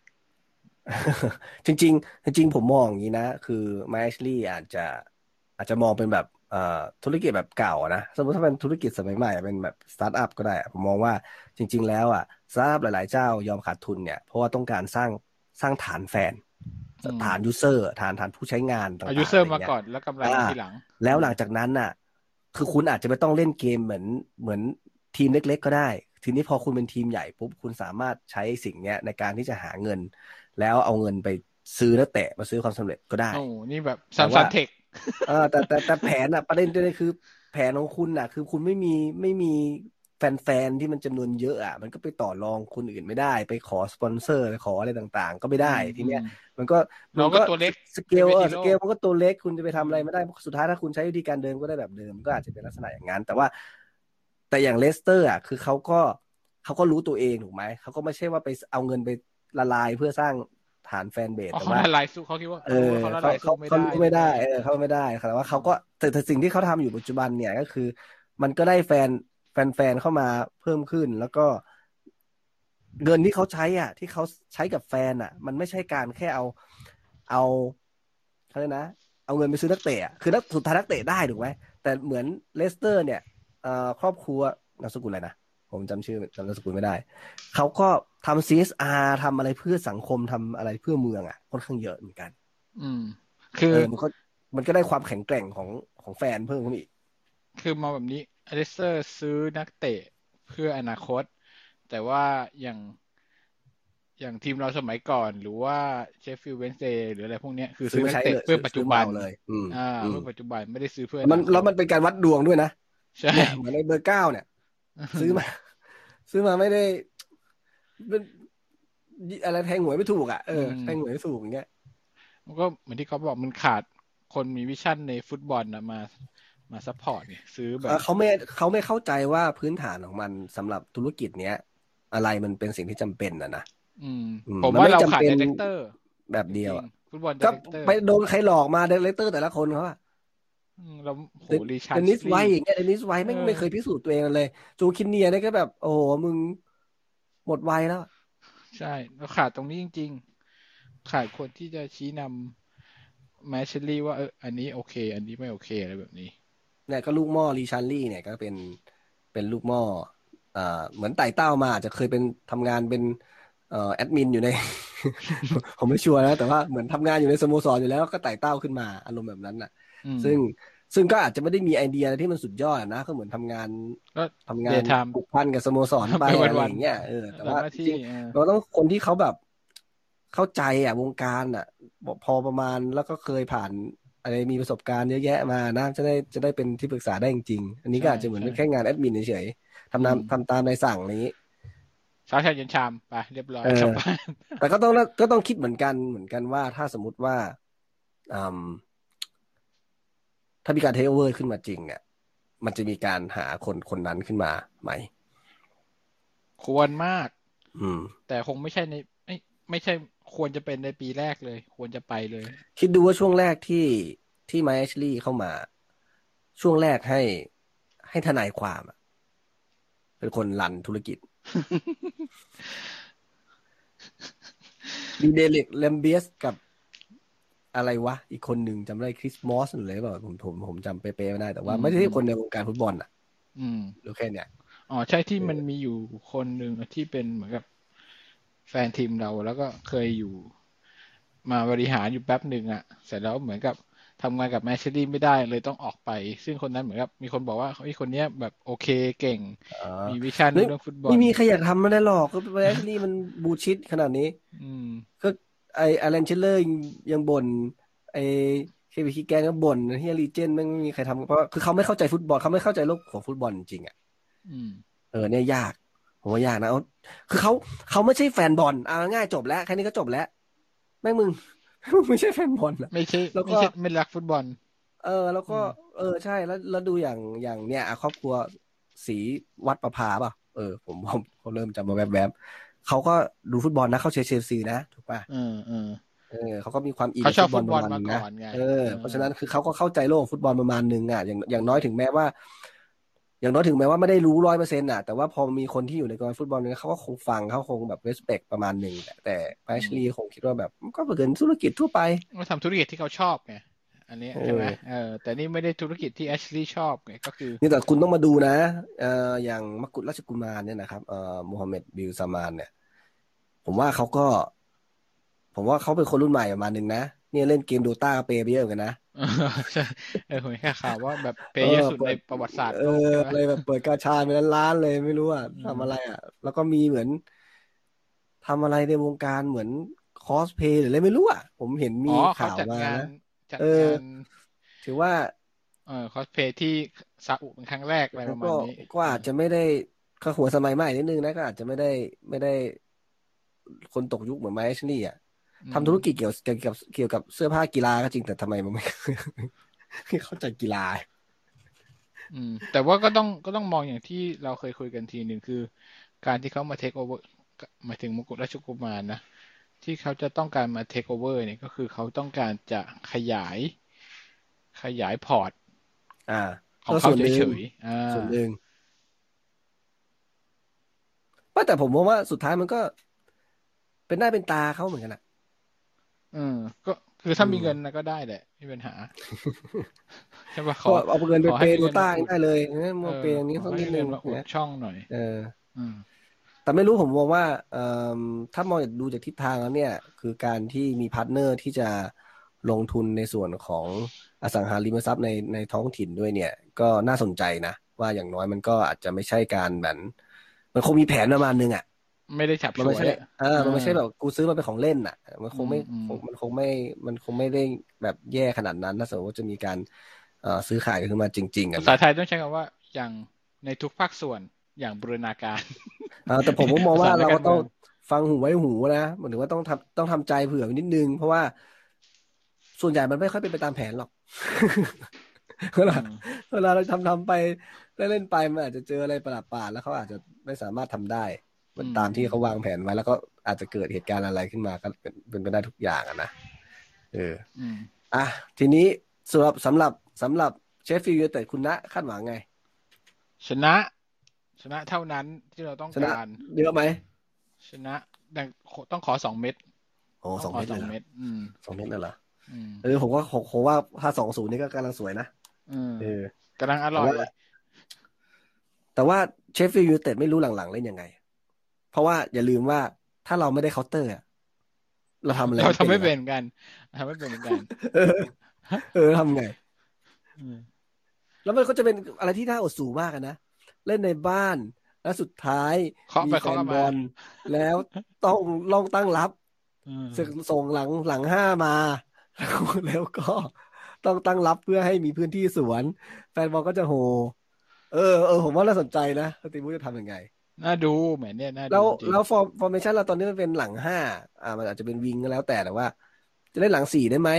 จริงผมมองอย่างนี้นะคือไมค์แอชลีย์อาจจะมองเป็นแบบธุรกิจแบบเก่านะสมมติถ้าเป็นธุรกิจสมัยใหม่เป็นแบบสตาร์ทอัพก็ได้ผมมองว่าจริงๆแล้วสตาร์ทอัพหลายๆเจ้ายอมขาดทุนเนี่ยเพราะว่าต้องการสร้างฐานแฟนอืมฐานยูเซอร์ฐานผู้ใช้งานตเอายุ่างเซอร์มาๆอะไรเงี้ยก่อนแล้วกำไรอ่ามาทีหลังแล้วหลังจากนั้นคือคุณอาจจะไม่ต้องเล่นเกมเหมือนทีมเล็กๆก็ได้ทีนี้พอคุณเป็นทีมใหญ่ปุ๊บคุณสามารถใช้สิ่งเนี้ยในการที่จะหาเงิน แล้วเอาเงินไปซื้อนักเตะมาซื้อความสำเร็จก็ได้โอ้นี่แบบแต่ว่าซัมซันเทคแต่แผนประเด็นเลยคือแผนของคุณคือคุณไม่มีแฟนๆที่มันจำนวนเยอะมันก็ไปต่อรองคนอื่นไม่ได้ไปขอสปอนเซอร์ขออะไรต่างๆก็ไม่ได้อืมอืมทีเนี้ยมันก็เรามันก็ก็ตัวเล็กสเกลเป็นเวทีโลกสเกลมันก็ตัวเล็กคุณจะไปอืมทำอะไรไม่ได้สุดท้ายถ้าคุณใช้วิธีการเดิมก็ได้แบบเดิมก็อาจจะเป็นลักษณะอย่างนั้นแต่อย่างเลสเตอร์คือเขาก็รู้ตัวเองถูกไหมเขาก็ไม่ใช่ว่าไปเอาเงินไปละลายเพื่อสร้างฐานแฟนเบเพราะเขาสแต่ว่าละลายสู้เขาคิดว่าเออเขารู้ว่าเขาละเขาลายสู้ไม่เขาได้รู้ไม่ได้แน่เขาไม่ได้แต่ว่าๆอืมเขาก็แต่สิ่งที่เขาทำอยู่ปัจจุบันเนี่ยก็คือมันก็ได้แฟนเข้ามาเพิ่มขึ้นแล้วก็เงินที่เขาใช้ที่เขาใช้กับแฟนมันไม่ใช่การแค่เอาเขาเรียกนะเอาเงินไปซื้อนักเตะคือสุดท้ายนักเตะได้ถูกไหมแต่เหมือนเลสเตอร์เนี่ยครอบครัวนามสกุลอะไรนะผผมจำชื่อจำนามสกุลไม่ได้เขาก็ทำ CSR ทำอะไรเพื่อสังคมทำอะไรเพื่อเมืองอ่ะค่อนข้างเยอะเหมือนกันอืมคือมันก็ได้ความแข็งแกร่งของแฟนเพิ่มขึ้นอีกมาแบบนี้อเลสเตอร์ซื้อนักเตะเพื่ออนาคตแต่ว่าอย่างทีมเราสมัยก่อนหรือว่าเชฟฟิลด์เวนส์เดย์หรืออะไรพวกเนี้ยคือซื้อซื้อนักเตะมาใช้เลยเพื่อปัจจุบันซื้อมาเอาเลยอืมเพื่อปัจจุบันไม่ได้ซื้อเพื่ออมันแล้วนาคตมันเป็นการวัดดวงด้วยนะใช่เนี่ยเหมือนในเบอร์เก้าเนี่ยซื้อมา ซื้อมาไม่ได้เป็นอะไรแทงหวยไม่ถูกอ่ะอืมแทงหวยไม่ถูกอย่างเงี้ยมันก็เหมือนที่เขาบอกมันขาดคนมีวิชั่นในฟุตบอลนะมาซัพพอร์ตเนี่ยซื้อแบบเขาไม่เข้าใจว่าพื้นฐานของมันสำหรับธุรกิจเนี้ยอะไรมันเป็นสิ่งที่จำเป็นนะอืมอืมันผมว่าเราขาดไม่จำเป็นไดเรคเตอร์แบบจริงเดียวอะๆฟุตบอลไดก็เรคเตอร์ไปโดนใครหลอกมาเดเรคเตอร์แต่ละคนเขาอะเราโหเดริชาเดนิสไวร์ดสลีท์อย่างเงี้ยเดนิสไวท์เออไม่เคยพิสูจน์ตัวเองเลยจูคินเนียเนี่ยก็แบบโอ้โหมึงหมดวัยแล้วใช่เราขาดตรงนี้จริงๆขาดคนที่จะชี้นำแมชเชอรี่ว่าอันนี้โอเคอันนี้ไม่โอเคอะไรแบบนี้เนี่ยก็ลูกหม้อรีชันลี่เนี่ยก็เป็นลูกหม้อเหมือนไต่เต้ามาอาจจะเคยเป็นทำงานเป็นแอดมินอยู่ในผมไม่ชัวร์นะแต่ว่าเหมือนทำงานอยู่ในสโมสรอยู่แล้วก็ไต่เต้าขึ้นมาอารมณ์แบบนั้นน่ะอืมซึ่งซึ่งก็อาจจะไม่ได้มีไอเดียอะไรที่มันสุดยอดนะก็เหมือนก็ทำงานเดย์ไทม์ผูกพันกับสโมสรไปไปอะไรวันอย่างเงี้ยแต่ว่าๆทำหน้าที่จริงๆเราต้องคนที่เขาแบบเข้าใจวงการพอประมาณแล้วก็เคยผ่านอะไรมีประสบการณ์เยอะแยะมานะจะได้เป็นที่ปรึกษาได้จริงๆอันนี้ก็ใช่อาจจะเหมือนใช่เป็นแค่งานแอดมินเฉยๆอืมทำตามในสั่งอะไรอย่างนี้เช้าชายเย็นชามไปเรียบร้อเออยกลับบ้านแต่ก็ต้องคิดเหมือนกันว่าถ้าสมมติว่าอืมถ้ามีการเทคโอเวอร์ขึ้นมาจริงมันจะมีการหาคนนั้นขึ้นมาไหมควรมากอืมแต่คงไม่ใช่ไม่ใช่ควรจะเป็นในปีแรกเลยควรจะไปเลยคิดดูว่าช่วงแรกที่ไมค์แอชลีย์เข้ามาช่วงแรกให้ทนายความเป็นคนรันธุรกิจมีเดเล็กแลมเบียสกับอะไรวะอีกคนหนึ่งจำได้คริสมอสหรืออะไรเปล่าผมจำเป๊ะๆไม่ได้แต่ว่าไม่ใช่อืมอืมคนในวงการฟุตบอลอืมรู้แค่เนี้ยอ๋อใช่ที่เออมันมีอยู่คนหนึ่งที่เป็นเหมือนกับแฟนทีมเราแล้วก็เคยอยู่มาบริหารอยู่แป๊บหนึ่งเสร็จแล้วเหมือนกับทำงานกับแมชเชอรี่ไม่ได้เลยต้องออกไปซึ่งคนนั้นเหมือนกับมีคนบอกว่าไอ้คนเนี้ยแบบโอเคเก่งอ๋อมีวิชั่นในไม่เรื่องฟุตบอไม่ลมีใครอยากทำมันได้หรอกก็ไมค์แอชลีย์มันบูชิตขนาดนี้อืมก็ไออลันเชลเลอร์ยังบ่นไอเควินคีแกนก็บ่นเฮียรีเจนไม่มีใครทำเพราะคือเขาไม่เข้าใจฟุตบอลเขาไม่เข้าใจโลกของฟุตบอลจริงอืมเนี่ยยากผมว่ายากนะคือเขาไม่ใช่แฟนบอลเอาง่ายจบแล้วแค่นี้ก็จบแล้วแม่งมึงมึงไม่ใช่แฟนบอลนะไม่ใช่แล้วก็ไม่รักฟุตบอลแล้วก็อืมใช่แล้วดูอย่างเนี่ยครอบครัวศรีวัดประภาป่ะผมเขาเริ่มจำมาแวบๆเขาก็ดูฟุตบอลนะเขาเชียร์เชลซีนะถูกป่ะเออเออเขาก็มีความอินเขาชอบกับฟุตบอลฟุตบอลมาประมาณนึงนะก่อนไงเออเอเพราะฉะอนั้นคือเขาก็เข้าใจโลกฟุตบอลประมาณนึงอย่างน้อยถึงแม้ว่าอย่างน้อยถึงแม้ว่าไม่ได้รู้100%แต่ว่าพอมีคนที่อยู่ในกองฟุตบอลเนี่ยเขาก็คงฟังเขาคงแบบเรสเพคประมาณหนึ่งแต่แออืมชลีย์คงคิดว่าแบบมันก็เป็นธุรกิจทั่วไปก็ทำธุรกิจที่เขาชอบไงอันนี้เอใช่ไหมอแต่นี่ไม่ได้ธุรกิจที่แอชลีย์ชอบไงก็คือนี่แต่คุณต้องมาดูนะอย่างมักกุฎราชกุมารเนี่ยนะครับมูฮัมหมัดบิลซามานเนี่ยผมว่าเขาก็ผมว่าเขาเป็นคนรุ่นใหม่ประมาณหนึ่งนะเนี่ยเล่นเกมโดตาเปย์ไปเยอะเหมือนกันนะเออใช่ผมเห็นแค่ข่าวว่าแบบเพเออย์เยอะสุดในเปิดประวัติศาสตเออร์โลกใช่ไหมอะไรแบบเปิดกาชาเป็นล้านๆเลยไม่รู้อืมทำอะไรแล้วก็มีเหมือนทำอะไรในวงการเหมือนคอสเพย์หรืออะไรไม่รู้ผมเห็นมีอ๋อเขาข่าวมาจัดงานนะจัเออดงานถือว่าคอสเพย์ที่ซาอุเป็นครั้งแรกอะไรประก็มาณนี้ก็อาจจะไม่ได้ก็หัวสมัยใหม่นิดนึงนะก็อาจจะไม่ได้คนตกยุคเหมือนไมค์แอชลีย์อืมทำธุรกิจเกี่ยวกับเสื้อผ้ากีฬาก็จริงแต่ทำไมมันไม่ไม่เข้าใจกีฬาแต่ว่าก็ต้องมองอย่างที่เราเคยคุยกันทีหนึ่งคือการที่เขามาเทคโอเวอร์หมายถึงมกุฎราชกุมารนะที่เขาจะต้องการมาเทคโอเวอร์เนี่ยก็คือเขาต้องการจะขยายพอร์ตอ่าของเขาก็ส่วนหนึ่งเฉยๆส่วนหนึ่งว่าแต่ผมมองว่าสุดท้ายมันก็เป็นหน้าเป็นตาเขาเหมือนกันเออก็คืออืถ้ามีมเงินนะก็ได้แหละไม่มีปัญหาใช่ปะก็เอาเงินไปขอให้มีเปย์โดต้าเงินมาอุดได้เลยงั้นเออมาเปย์อย่างนี้ขอให้สักนิดนึงมีเงินมาอุดนะช่องหน่อยเอออืมแต่ไม่รู้ผมมองว่าถ้ามองดูจากทิศทางแล้วเนี่ยคือการที่มีพาร์ทเนอร์ที่จะลงทุนในส่วนของอสังหาริมทรัพย์ในท้องถิ่นด้วยเนี่ยก็น่าสนใจนะว่าอย่างน้อยมันก็อาจจะไม่ใช่การแบบมันคงมีแผนประมาณนึงอ่ะไม่ได้ฉับมันไม่ใช่ฉวยอ่ะเอมันไม่อใช่แบบกูซื้อมาเป็นของเล่นอ่ะมันอืคงไม่มอืมมันคงไม่ได้แบบแย่ขนาดนั้นถ้าสมมติว่าจะมีการซื้อขายกันขึ้นมาจริงๆกันนะภาษาไทยต้องใช้คำว่าอย่างในทุกภาคส่วนอย่างบูรณาการแต่ผมก็ม องภาษาว่าเราก็ต้องนักการเมืองฟังหูไว้หูนะหมายถึงว่าต้องทำใจเผื่อไว้นิดนึงเพราะว่าส่วนใหญ่มันไม่ค่อยเป็นไปตามแผนหรอกเวลาอืมเวลาเราทำไปเล่นไปมันอาจจะเจออะไรประหลาดๆแล้วเขาอาจจะไม่สามารถทำได้เหมือนตามที่เขาวางแผนไว้แล้วก็อาจจะเกิดเหตุการณ์อะไรขึ้นมาก็เป็นไปได้ทุกอย่างอะนะเอออืมอ่ะทีนี้สำหรับเชฟฟิลด์ยูไนเต็ดคุณณคาดหวังไงชนะชนะเท่านั้นที่เราต้องชนะการเยอะไหมชนะดังต้องขอ2 เม็ดโอ้ต้องขอสองเม็ดเลยเหรอสองเม็ดอืม 2 เม็ดเลยเหรออืมผมว่าถ้า20นี่ก็กำลังสวยนะอืมเออกำลังอร่อยแต่ว่าแต่ว่าเชฟฟิลด์ยูไนเต็ดไม่รู้หลังๆเล่นยังไงเพราะว่าอย่าลืมว่าถ้าเราไม่ได้เคาน์เตอร์อะเราทำอะไรเราทำไม่ไม่เป็นเลยนะเป็นกันทำไม่เป็นเหมือนกันเออทำไงอืมแล้วมันก็จะเป็นอะไรที่น่าอดสูมากอะนะเล่นในบ้านแล้วสุดท้ายเคาะมีแฟไปเคาะกันมานบอลแล้วต้องลองตั้งรับอืสึกมส่งหลังห้ามาแล้วก็ต้องตั้งรับเพื่อให้มีพื้นที่สวนแฟนบอลก็จะโหเออผมว่าน่าสนใจนะสตีบูจะทำยังไงน่าดูเหมือนเนี่ยน่าแล้วดูจริงแล้วฟอร์เมชันเราตอนนี้มันเป็นหลังห้ามันอาจจะเป็นวิงก็แล้วแต่ว่าจะเล่นหลังสี่ได้ไหม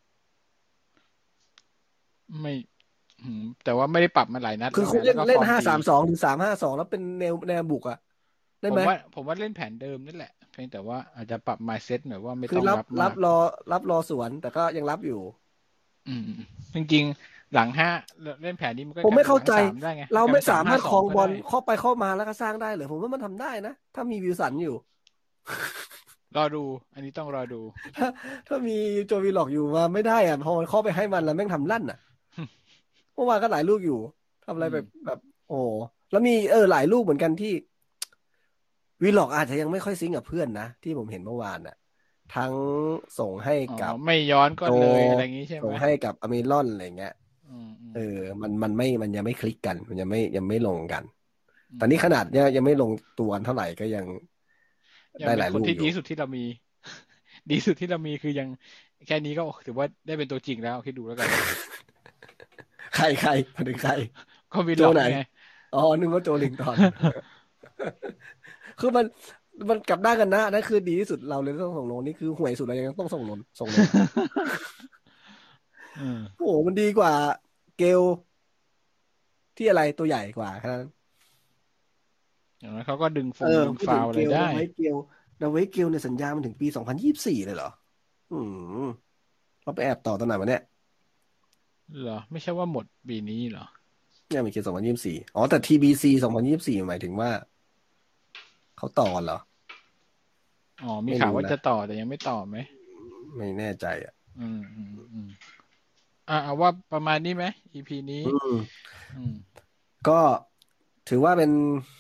ไม่แต่ว่าไม่ได้ปรับมาหลายนัดคือคุณแล้วไงแล้วก็เล่นห้าฟอร์มดีสามสองหรือ3-5-2แล้วเป็นแนวบุกอะได้ไหมผมว่าเล่นแผนเดิมนั่นแหละเพียงแต่ว่าอาจจะปรับ mindset หน่อยว่าไม่คือต้องรับรับมากรับรอสวนแต่ก็ยังรับอยู่จริงๆหลังห้าเล่นแผนนี้มันก็กลายเป็นหลังผมไม่เข้าใจ 3ได้ไงเรามันกลายเป็นสามห้าไม่สามารถสองก็ได้ครองบอลเข้าไปเข้ามาแล้วก็สร้างได้เหรอผมว่ามันทำได้นะถ้ามีวิลสันอยู่รอดูอันนี้ต้องรอดูถ้าถ้ามีโจวีล็อกอยู่มาไม่ได้อะพอมันเข้าไปให้มันแล้วแม่งทำลั่นอะ เมื่อวานก็หลายลูกอยู่ทำอะไรอืมแบบโอ้แล้วมีหลายลูกเหมือนกันที่วีล็อกอาจจะยังไม่ค่อยซิงก์กับเพื่อนนะที่ผมเห็นเมื่อวานน่ะทั้งส่งให้อ๋อกับไม่ย้อนก็โจเลยอะไรอย่างนี้ใช่ไหมส่งให้กับอเมรอนอะไรเงี้ยอืมอืเออมมันยังไม่คลิกกันมันยังไม่ลงกันอืแต่นี่มขนาดยังไม่ลงตัวกันเท่าไหร่ก็ยังได้ยังเป็นคนหลายลูกอยู่ที่ดีที่สุดที่เรามีดีสุดที่เรามีคือยังแค่นี้ก็ถือว่าได้เป็นตัวจริงแล้วคิดดูแล้วกันใครมาถึงใครก็วินโจไหนล็อกไงอ๋อนึกว่าโจลิงตัน คือมันกลับด้านกันนะนั่นคือดีที่สุดเราเลยต้องส่งลงนี่คือห่วยสุดเรายังต้องส่งลงอ่ะอืมโอ้โหมันดีกว่าเกลที่อะไรตัวใหญ่กว่าแค่นั้นอย่างนั้นเขาก็ดึงเออดึงฟาพูดถึงวล์อะไรได้ดาไว้เกลในสัญญามันถึงปี2024เลยเหรออืมเราไปแอบต่อตอนไหนวะเนี่ยเหรอไม่ใช่ว่าหมดปีนี้เหรอเนี่ยมันเขียน2024อ๋อแต่ TBC 2024หมายถึงว่าเขาต่อเหรออ๋อมีไม่รู้นะข่าวว่าจะต่อแต่ยังไม่ต่อไหมไม่แน่ใจอ่ะอืมเอาว่าประมาณนี้ไหม EP นี้อืมอืมก็ถือว่าเป็น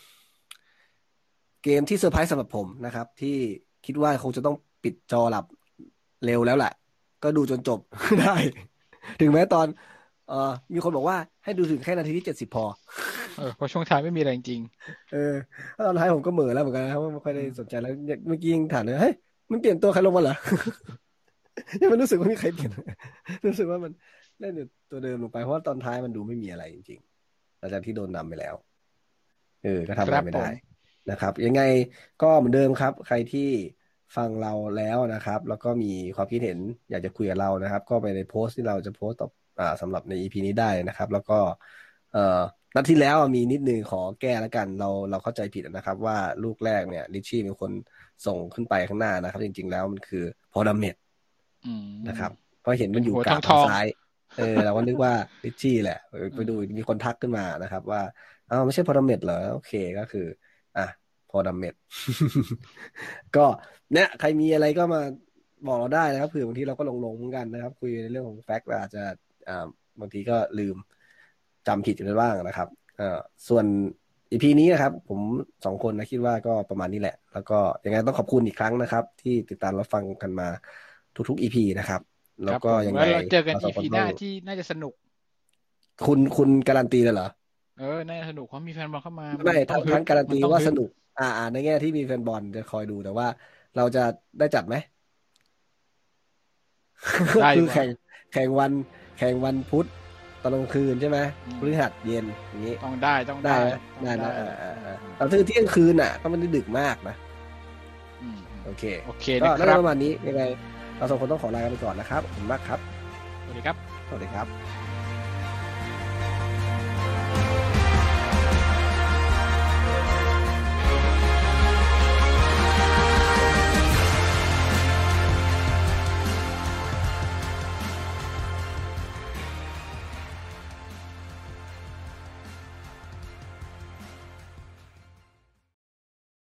เกมที่เซอร์ไพรส์สำหรับผมนะครับที่คิดว่าคงจะต้องปิดจอหลับเร็วแล้วแหละก็ดูจนจบได้ถึงแม้ตอนเอ่อมีคนบอกว่าให้ดูถึงแค่นาทีที่70พอเพราะช่วงท้ายไม่มีอะไรจริงเออแล้วตอนท้ายผมก็เหม่อแล้วเหมือนกันนะครับว่าไม่ค่อยได้อืมสนใจแล้วเมื่อกี้ยังถามเลยเฮ้ยมันเปลี่ยนตัวใครลงมาเหรอยังไม่รู้สึกว่ามีใครเปลี่ยนรู้สึกว่ามันเล่นอยู่ตัวเดิมลงไปเพราะว่าตอนท้ายมันดูไม่มีอะไรจริงๆหลังจากที่โดนนำไปแล้ว ก็ทำอะไรไม่ได้ครับผมนะครับยังไงก็เหมือนเดิมครับใครที่ฟังเราแล้วนะครับแล้วก็มีความคิดเห็นอยากจะคุยกับเรานะครับก็ไปในโพสต์ที่เราจะโพสต์ต่อสำหรับใน EP นี้ได้นะครับแล้วก็เอ่อนัดที่แล้วมีนิดนึงขอแก้แล้วกันเราเข้าใจผิดนะครับว่าลูกแรกเนี่ยลิชชี่เป็นคนส่งขึ้นไปข้างหน้านะครับจริงๆแล้วมันคือพอดัมเมตอืมนะครับเพราะเห็นเป็นหัวมันอยู่กราบทองทางซ้ายเราก็นึกว่าลิชชี่แหละอืไปดูมมีคนทักขึ้นมานะครับว่า ไม่ใช่พอดัมเมดเหรอโอเคก็คืออ่ะพอดัมเมดก็เนี่ยใครมีอะไรก็มาบอกเราได้นะครับเผื่อบางทีเราก็หลงเหมือนกันนะครับคุยในเรื่องของแฟกต์อาจจะอ่าบางทีก็ลืมจำผิดกันไปบ้างนะครับเอ่อส่วน EP นี้นะครับผมสองคนนะคิดว่าก็ประมาณนี้แหละแล้วก็ยังไงต้องขอบคุณอีกครั้งนะครับที่ติดตามรับฟังกันมาทุกๆ EP นะครับแล้ครับวก็ยังไงผมแล้วเราเจอกันเราสอง EP คนต้องหน้าที่น่าจะสนุกคุณการันตีเลยเหรอน่าจะสนุกเพราะมีแฟนบอลเข้ามาไม่มันต้องฮึดทั้งการันตีมันต้องฮึดว่าสนุกในแง่ที่มีแฟนบอลจะคอยดูแต่ว่าเราจะได้จัดไหม ก็ได้ดีกว่าคือแข่งวันแข่งวันพุธตอนกลางคืนใช่ไหมอืมพฤหัสเย็นอย่างนี้ต้องได้ได้ไหมต้องได้ได้นะอืมอืมแต่คือเที่ยงคืนอ่ะก็ไม่ได้ดึกมากนะอืมโอเคโอเคก็นะครับน่าจะประมาณนี้ยังไงเราสองคนต้องขอลากันไปก่อนนะครับขอบคุณมากครับสวัสดีครับสวัสดีครับ